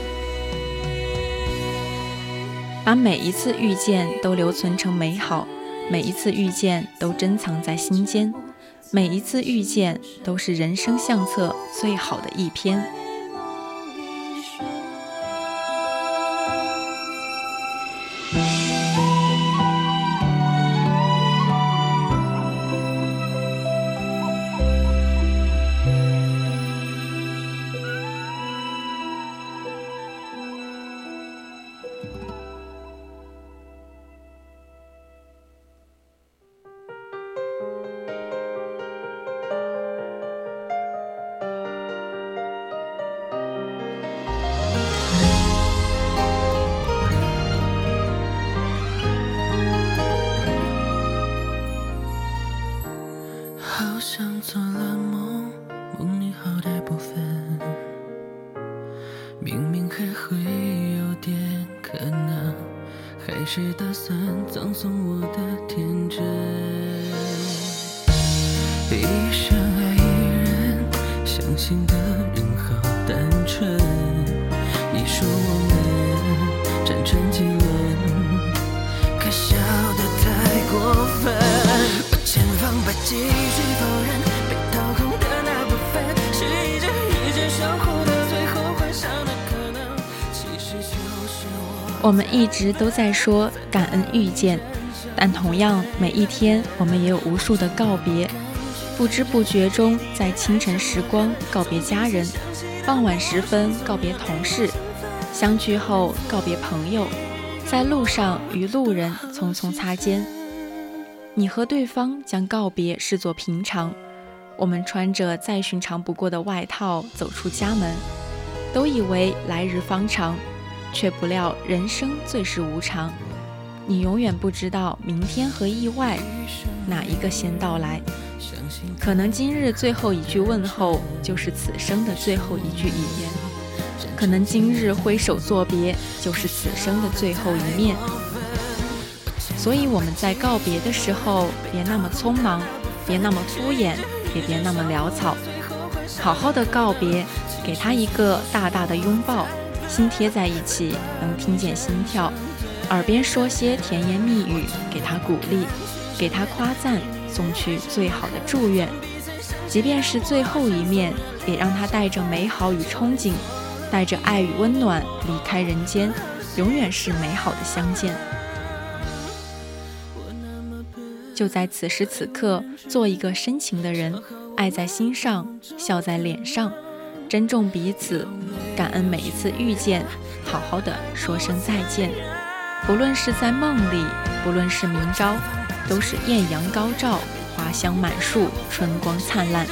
把每一次遇见都留存成美好，每一次遇见都珍藏在心间，每一次遇见都是人生相册最好的一篇。
好像做了梦，梦里好大部分明明还会有点可能，还是打算葬送我的天真。一生爱一人，相信的人好单纯。你说我们辗转几轮，可笑得太过分。我千方百计去否认被掏空的那部分，是一直一直守护的最后幻想的可能，其实就是我。
我们一直都在说感恩遇见，但同样每一天我们也有无数的告别，不知不觉中在清晨时光告别家人，傍晚时分告别同事，相聚后告别朋友，在路上与路人匆匆擦肩。你和对方将告别视作平常，我们穿着再寻常不过的外套走出家门，都以为来日方长，却不料人生最是无常。你永远不知道明天和意外哪一个先到来，可能今日最后一句问候就是此生的最后一句语言，可能今日挥手作别就是此生的最后一面。所以我们在告别的时候，别那么匆忙，别那么敷衍，也别那么潦草，好好的告别，给他一个大大的拥抱，心贴在一起，能听见心跳，耳边说些甜言蜜语，给他鼓励，给他夸赞，送去最好的祝愿。即便是最后一面，也让他带着美好与憧憬，带着爱与温暖离开人间，永远是美好的相见。就在此时此刻，做一个深情的人，爱在心上，笑在脸上，珍重彼此，感恩每一次遇见，好好的说声再见。不论是在梦里，不论是明朝，都是艳阳高照，花香满树，春光灿烂。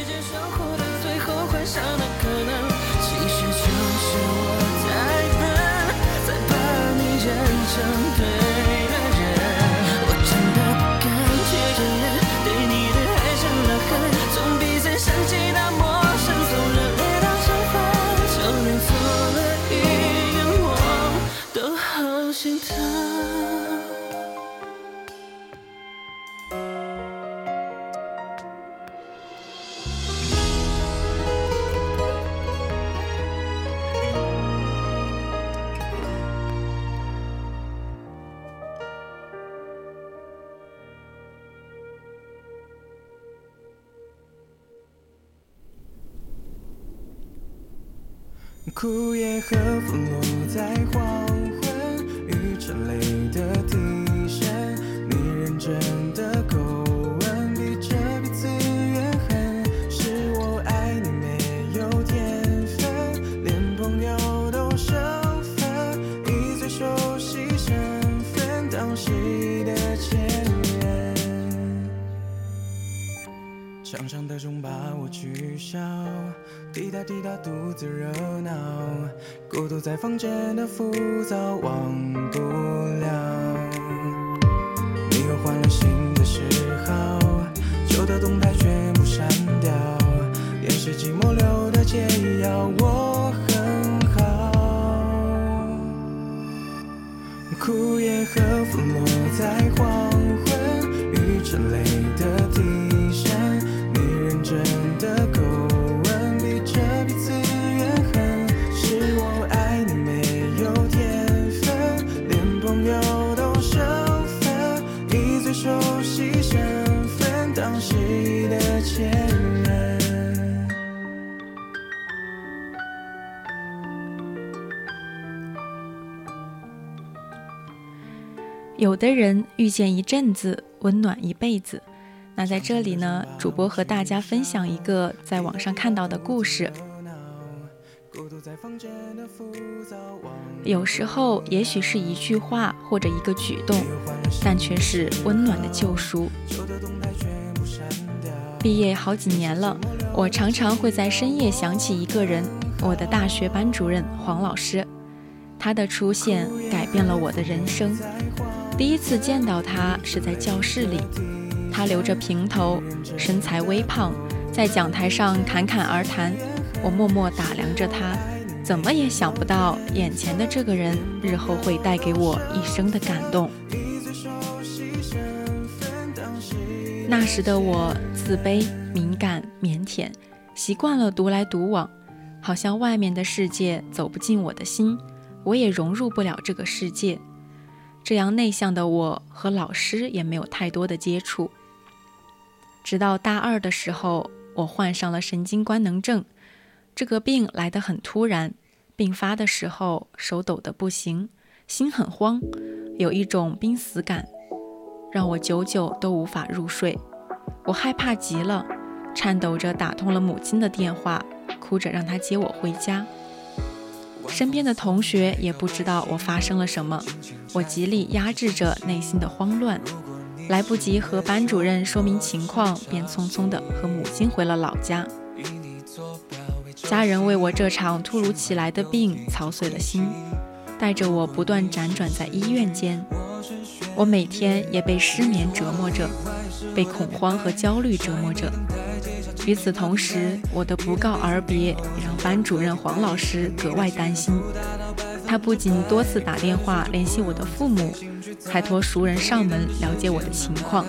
枯叶和风落在黄昏，雨成泪的提升，你认真的口吻，逼着彼此怨恨，是我爱你没替他独自热闹，孤独在房间的浮躁忘不了。你又换了新的嗜好，旧的动态全部删掉，掩饰寂寞留的解药，我很好。枯叶和风落在黄昏，雨成泪的地山，你认真的口吻逼着彼此怨恨，是我爱你没有天分，连朋友都生分，以最熟悉身份当失忆的前任。
有的人遇见一阵子，温暖一辈子。那在这里呢，主播和大家分享一个在网上看到的故事。有时候也许是一句话或者一个举动，但却是温暖的救赎。毕业好几年了，我常常会在深夜想起一个人，我的大学班主任黄老师。他的出现改变了我的人生。第一次见到他是在教室里，他留着平头，身材微胖，在讲台上侃侃而谈。我默默打量着他，怎么也想不到眼前的这个人日后会带给我一生的感动。那时的我自卑、敏感、腼腆，习惯了独来独往，好像外面的世界走不进我的心，我也融入不了这个世界。这样内向的我和老师也没有太多的接触。直到大二的时候，我患上了神经官能症，这个病来得很突然，病发的时候手抖得不行，心很慌，有一种濒死感，让我久久都无法入睡。我害怕极了，颤抖着打通了母亲的电话，哭着让她接我回家。身边的同学也不知道我发生了什么，我极力压制着内心的慌乱，来不及和班主任说明情况，便匆匆地和母亲回了老家。家人为我这场突如其来的病操碎了心，带着我不断辗转在医院间。我每天也被失眠折磨着，被恐慌和焦虑折磨着。与此同时，我的不告而别也让班主任黄老师格外担心。他不仅多次打电话联系我的父母，还托熟人上门了解我的情况。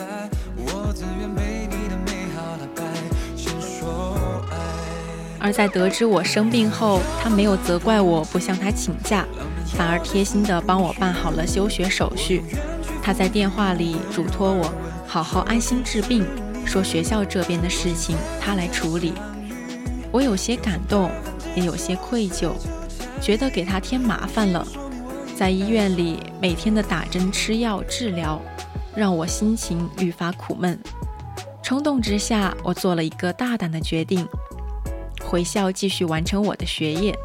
而在得知我生病后，他没有责怪我不向他请假，反而贴心地帮我办好了休学手续。他在电话里嘱托我好好安心治病，说学校这边的事情他来处理。我有些感动，也有些愧疚，觉得给他添麻烦了。在医院里每天的打针吃药治疗，让我心情愈发苦闷。冲动之下，我做了一个大胆的决定，回校继续完成我的学业。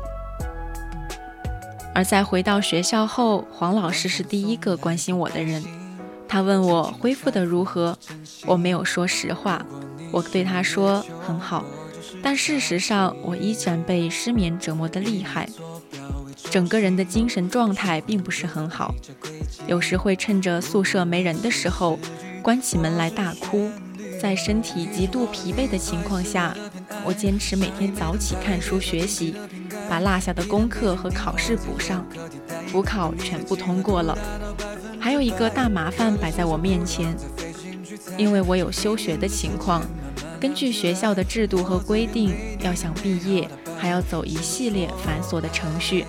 而在回到学校后，黄老师是第一个关心我的人。他问我恢复得如何，我没有说实话，我对他说很好，但事实上我依然被失眠折磨得厉害，整个人的精神状态并不是很好，有时会趁着宿舍没人的时候关起门来大哭。在身体极度疲惫的情况下，我坚持每天早起看书学习，把落下的功课和考试补上，补考全部通过了。还有一个大麻烦摆在我面前，因为我有休学的情况，根据学校的制度和规定，要想毕业还要走一系列繁琐的程序。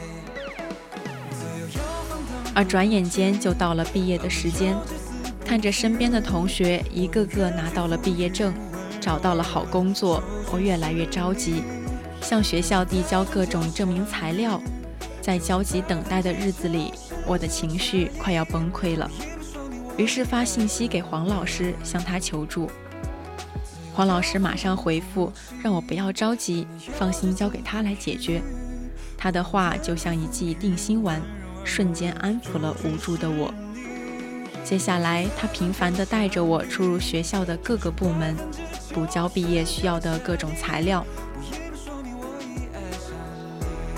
而转眼间就到了毕业的时间，看着身边的同学一个个拿到了毕业证，找到了好工作，我越来越着急，向学校递交各种证明材料。在焦急等待的日子里，我的情绪快要崩溃了，于是发信息给黄老师，向他求助。黄老师马上回复，让我不要着急，放心交给他来解决。他的话就像一剂定心丸，瞬间安抚了无助的我。接下来，他频繁地带着我出入学校的各个部门，补交毕业需要的各种材料。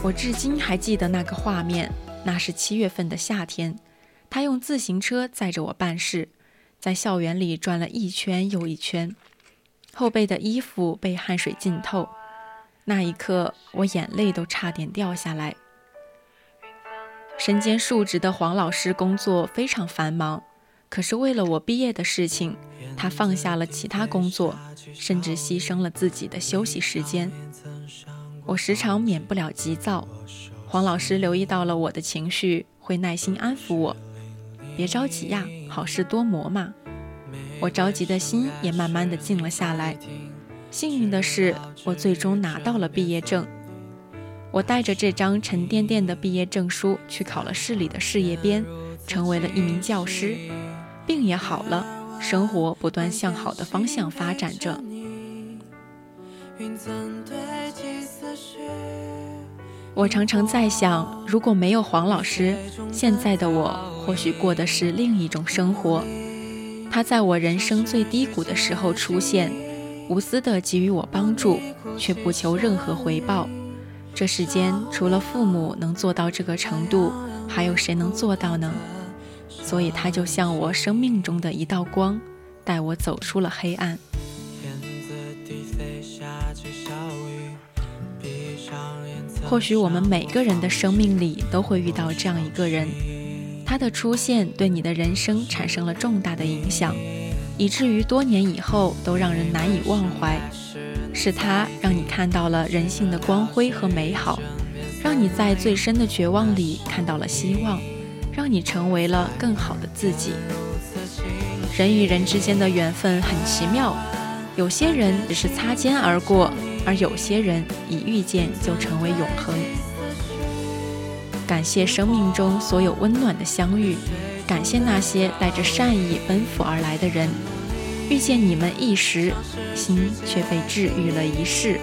我至今还记得那个画面，那是七月份的夏天，他用自行车载着我办事，在校园里转了一圈又一圈，后背的衣服被汗水浸透，那一刻我眼泪都差点掉下来。身兼数职的黄老师工作非常繁忙，可是为了我毕业的事情，他放下了其他工作，甚至牺牲了自己的休息时间。我时常免不了急躁，黄老师留意到了我的情绪，会耐心安抚我，别着急呀，好事多磨嘛。我着急的心也慢慢的静了下来。幸运的是，我最终拿到了毕业证。我带着这张沉甸甸的毕业证书去考了市里的事业编，成为了一名教师，病也好了，生活不断向好的方向发展着。我常常在想，如果没有黄老师，现在的我或许过的是另一种生活。他在我人生最低谷的时候出现，无私地给予我帮助，却不求任何回报。这世间除了父母能做到这个程度，还有谁能做到呢？所以他就像我生命中的一道光，带我走出了黑暗。或许我们每个人的生命里都会遇到这样一个人，他的出现对你的人生产生了重大的影响，以至于多年以后都让人难以忘怀。是他让你看到了人性的光辉和美好，让你在最深的绝望里看到了希望，让你成为了更好的自己。人与人之间的缘分很奇妙，有些人只是擦肩而过，而有些人一遇见就成为永恒。感谢生命中所有温暖的相遇，感谢那些带着善意奔赴而来的人，遇见你们一时，心却被治愈了一世。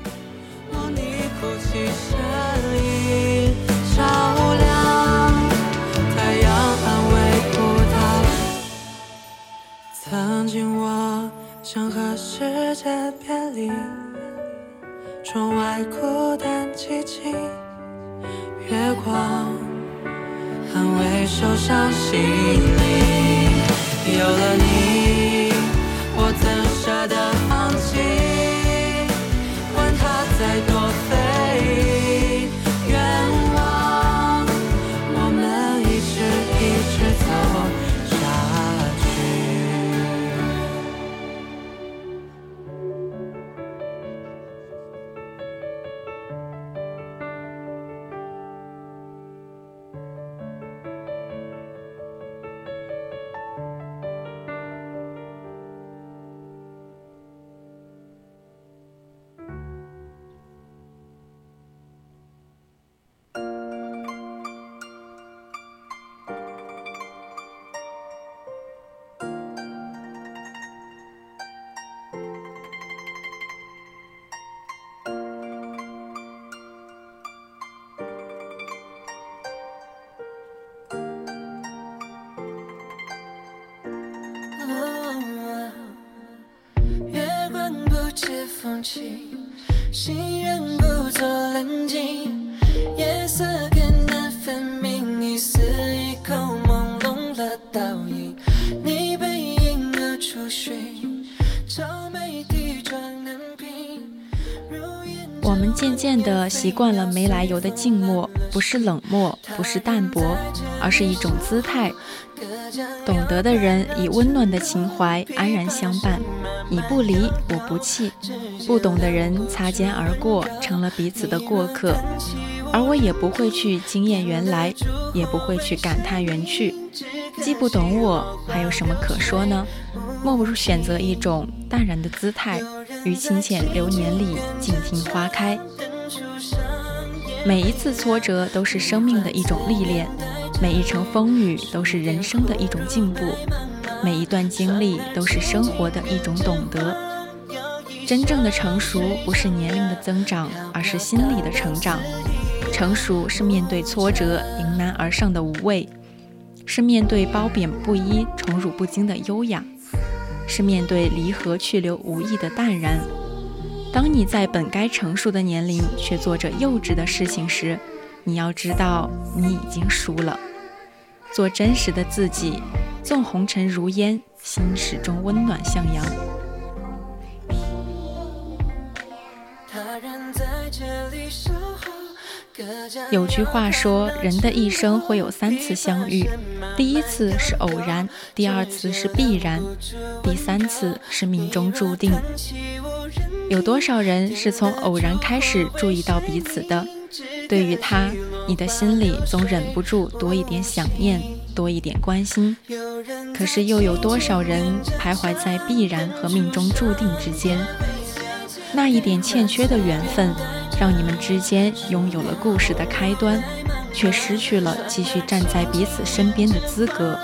曾经我想和世界别离，窗外孤单寂静，月光安慰受伤心灵。有了你，我怎舍得放弃？管它再多飞，愿望我们一直一直走下去。
风起，行人不做冷静，夜色更难分明，一丝一口朦胧了倒影，你背影何处寻？皱眉低妆难平。
我们渐渐地习惯了没来由的静默，不是冷漠，不是淡薄，而是一种姿态。懂得的人以温暖的情怀安然相伴，你不离我不弃；不懂的人擦肩而过，成了彼此的过客。而我也不会去惊艳原来，也不会去感叹缘去。既不懂我，还有什么可说呢？莫不如选择一种淡然的姿态，于清浅流年里静听花开。每一次挫折都是生命的一种历练，每一程风雨都是人生的一种进步，每一段经历都是生活的一种懂得。真正的成熟不是年龄的增长，而是心理的成长。成熟是面对挫折迎难而上的无畏，是面对褒贬不一宠辱不惊的优雅，是面对离合去留无意的淡然。 当你在本该成熟的年龄却做着幼稚的事情时，你要知道你已经输了。做真实的自己，纵红尘如烟，心始终温暖向阳。有句话说，人的一生会有三次相遇，第一次是偶然，第二次是必然，第三次是命中注定。有多少人是从偶然开始注意到彼此的？对于他，你的心里总忍不住多一点想念，多一点关心。可是又有多少人徘徊在必然和命中注定之间？那一点欠缺的缘分，让你们之间拥有了故事的开端，却失去了继续站在彼此身边的资格。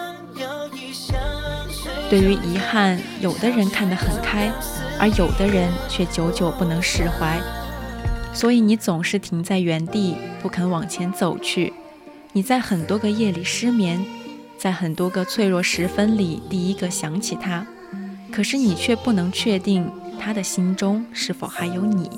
对于遗憾，有的人看得很开，而有的人却久久不能释怀。所以你总是停在原地，不肯往前走去。你在很多个夜里失眠，在很多个脆弱时分里第一个想起他，可是你却不能确定他的心中是否还有你。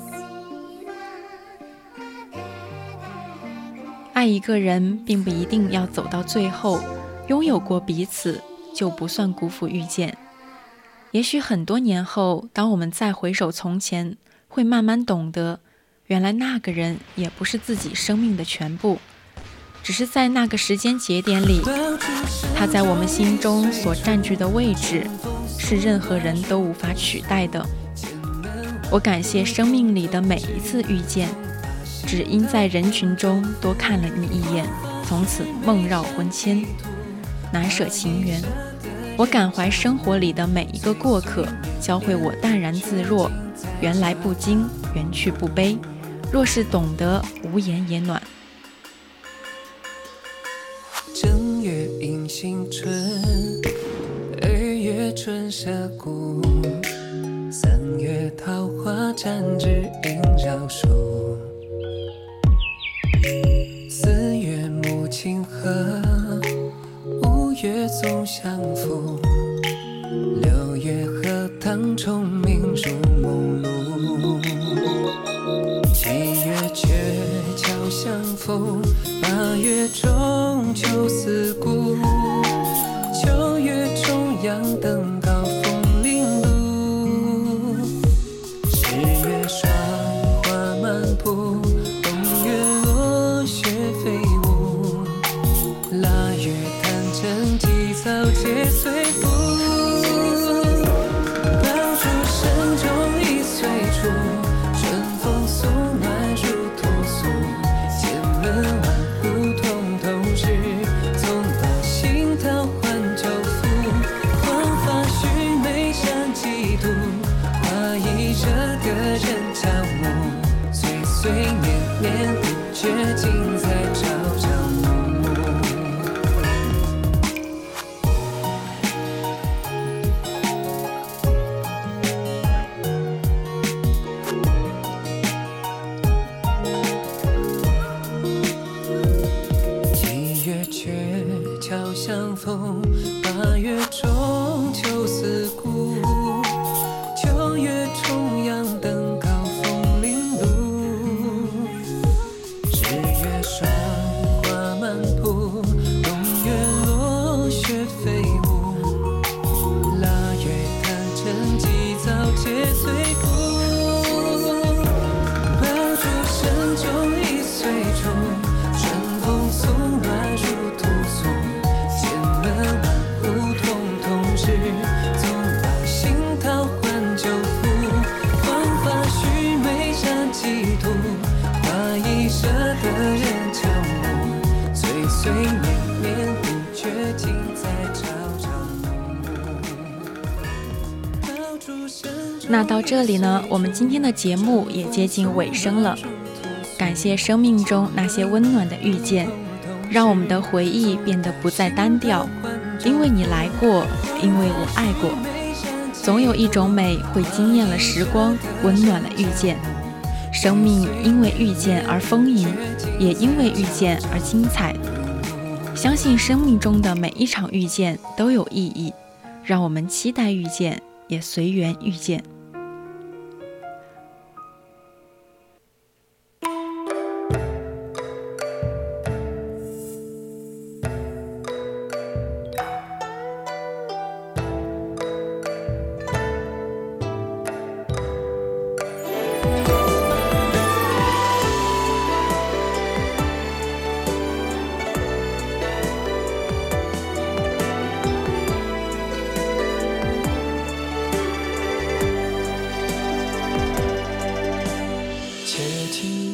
爱一个人并不一定要走到最后，拥有过彼此就不算辜负遇见。也许很多年后，当我们再回首从前，会慢慢懂得，原来那个人也不是自己生命的全部，只是在那个时间节点里，他在我们心中所占据的位置，是任何人都无法取代的。我感谢生命里的每一次遇见，只因在人群中多看了你一眼，从此梦绕魂牵，难舍情缘。我感怀生活里的每一个过客，教会我淡然自若，缘来不惊，缘去不悲。若是懂得，无言也暖。
正月迎新春，二月春社故，三月桃花沾枝萦绕树，四月母亲河，五月总相扶，六月荷塘虫鸣入梦路，七月鹊桥相逢，八月中秋思故，九月重阳登高风铃路，十月霜花满铺，冬月落雪飞舞，腊月探针祭草皆随父，爆竹声中一岁除，春风送暖入屠苏，千门万户通通知，总把新桃换旧符，光发须眉山几度，画意这个人乔木，岁岁年年不觉尽在朝朝暮暮。七月鹊桥相逢，八月中秋思故，九月重阳登高风铃路，十月霜花满铺，冬月落雪飞舞，腊月探针祭草皆随父，爆竹声中一岁除，春风送暖入屠苏，千门万户通通知，总把新桃换旧符，光发须眉山几度，画一舍得人乔木，岁岁年年不觉尽在朝朝暮暮。爆竹声中
那到这里呢，我们今天的节目也接近尾声了。感谢生命中那些温暖的遇见，让我们的回忆变得不再单调。因为你来过，因为我爱过，总有一种美会惊艳了时光，温暖了遇见。生命因为遇见而丰盈，也因为遇见而精彩。相信生命中的每一场遇见都有意义，让我们期待遇见，也随缘遇见。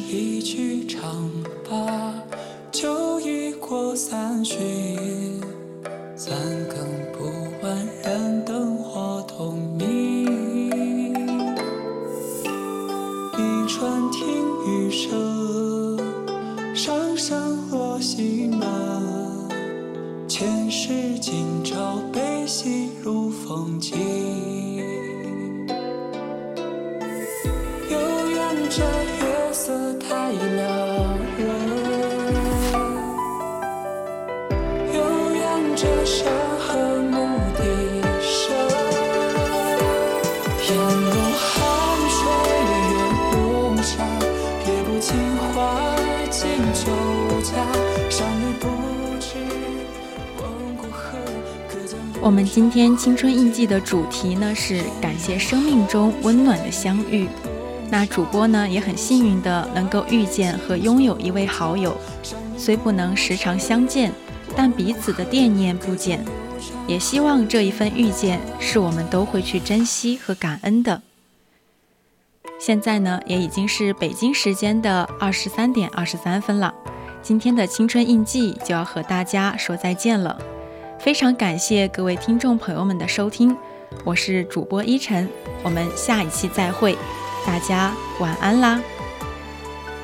一曲唱罢，酒已过三巡，三更不晚，燃灯火通明。一船听雨声，上山落西门。前世今朝，悲喜如风景。又怨这月色太撩人，又怨这山河牧笛声。烟笼寒水月笼沙，也不尽花尽酒家。伤泪不知问过河，可将
我们今天青春印记的主题呢是感谢生命中温暖的相遇。那主播呢也很幸运的能够遇见和拥有一位好友，虽不能时常相见，但彼此的惦念不减。也希望这一份遇见是我们都会去珍惜和感恩的。现在呢也已经是北京时间的二十三点二十三分了，今天的青春印记就要和大家说再见了。非常感谢各位听众朋友们的收听，我是主播依晨，我们下一期再会，大家晚安啦。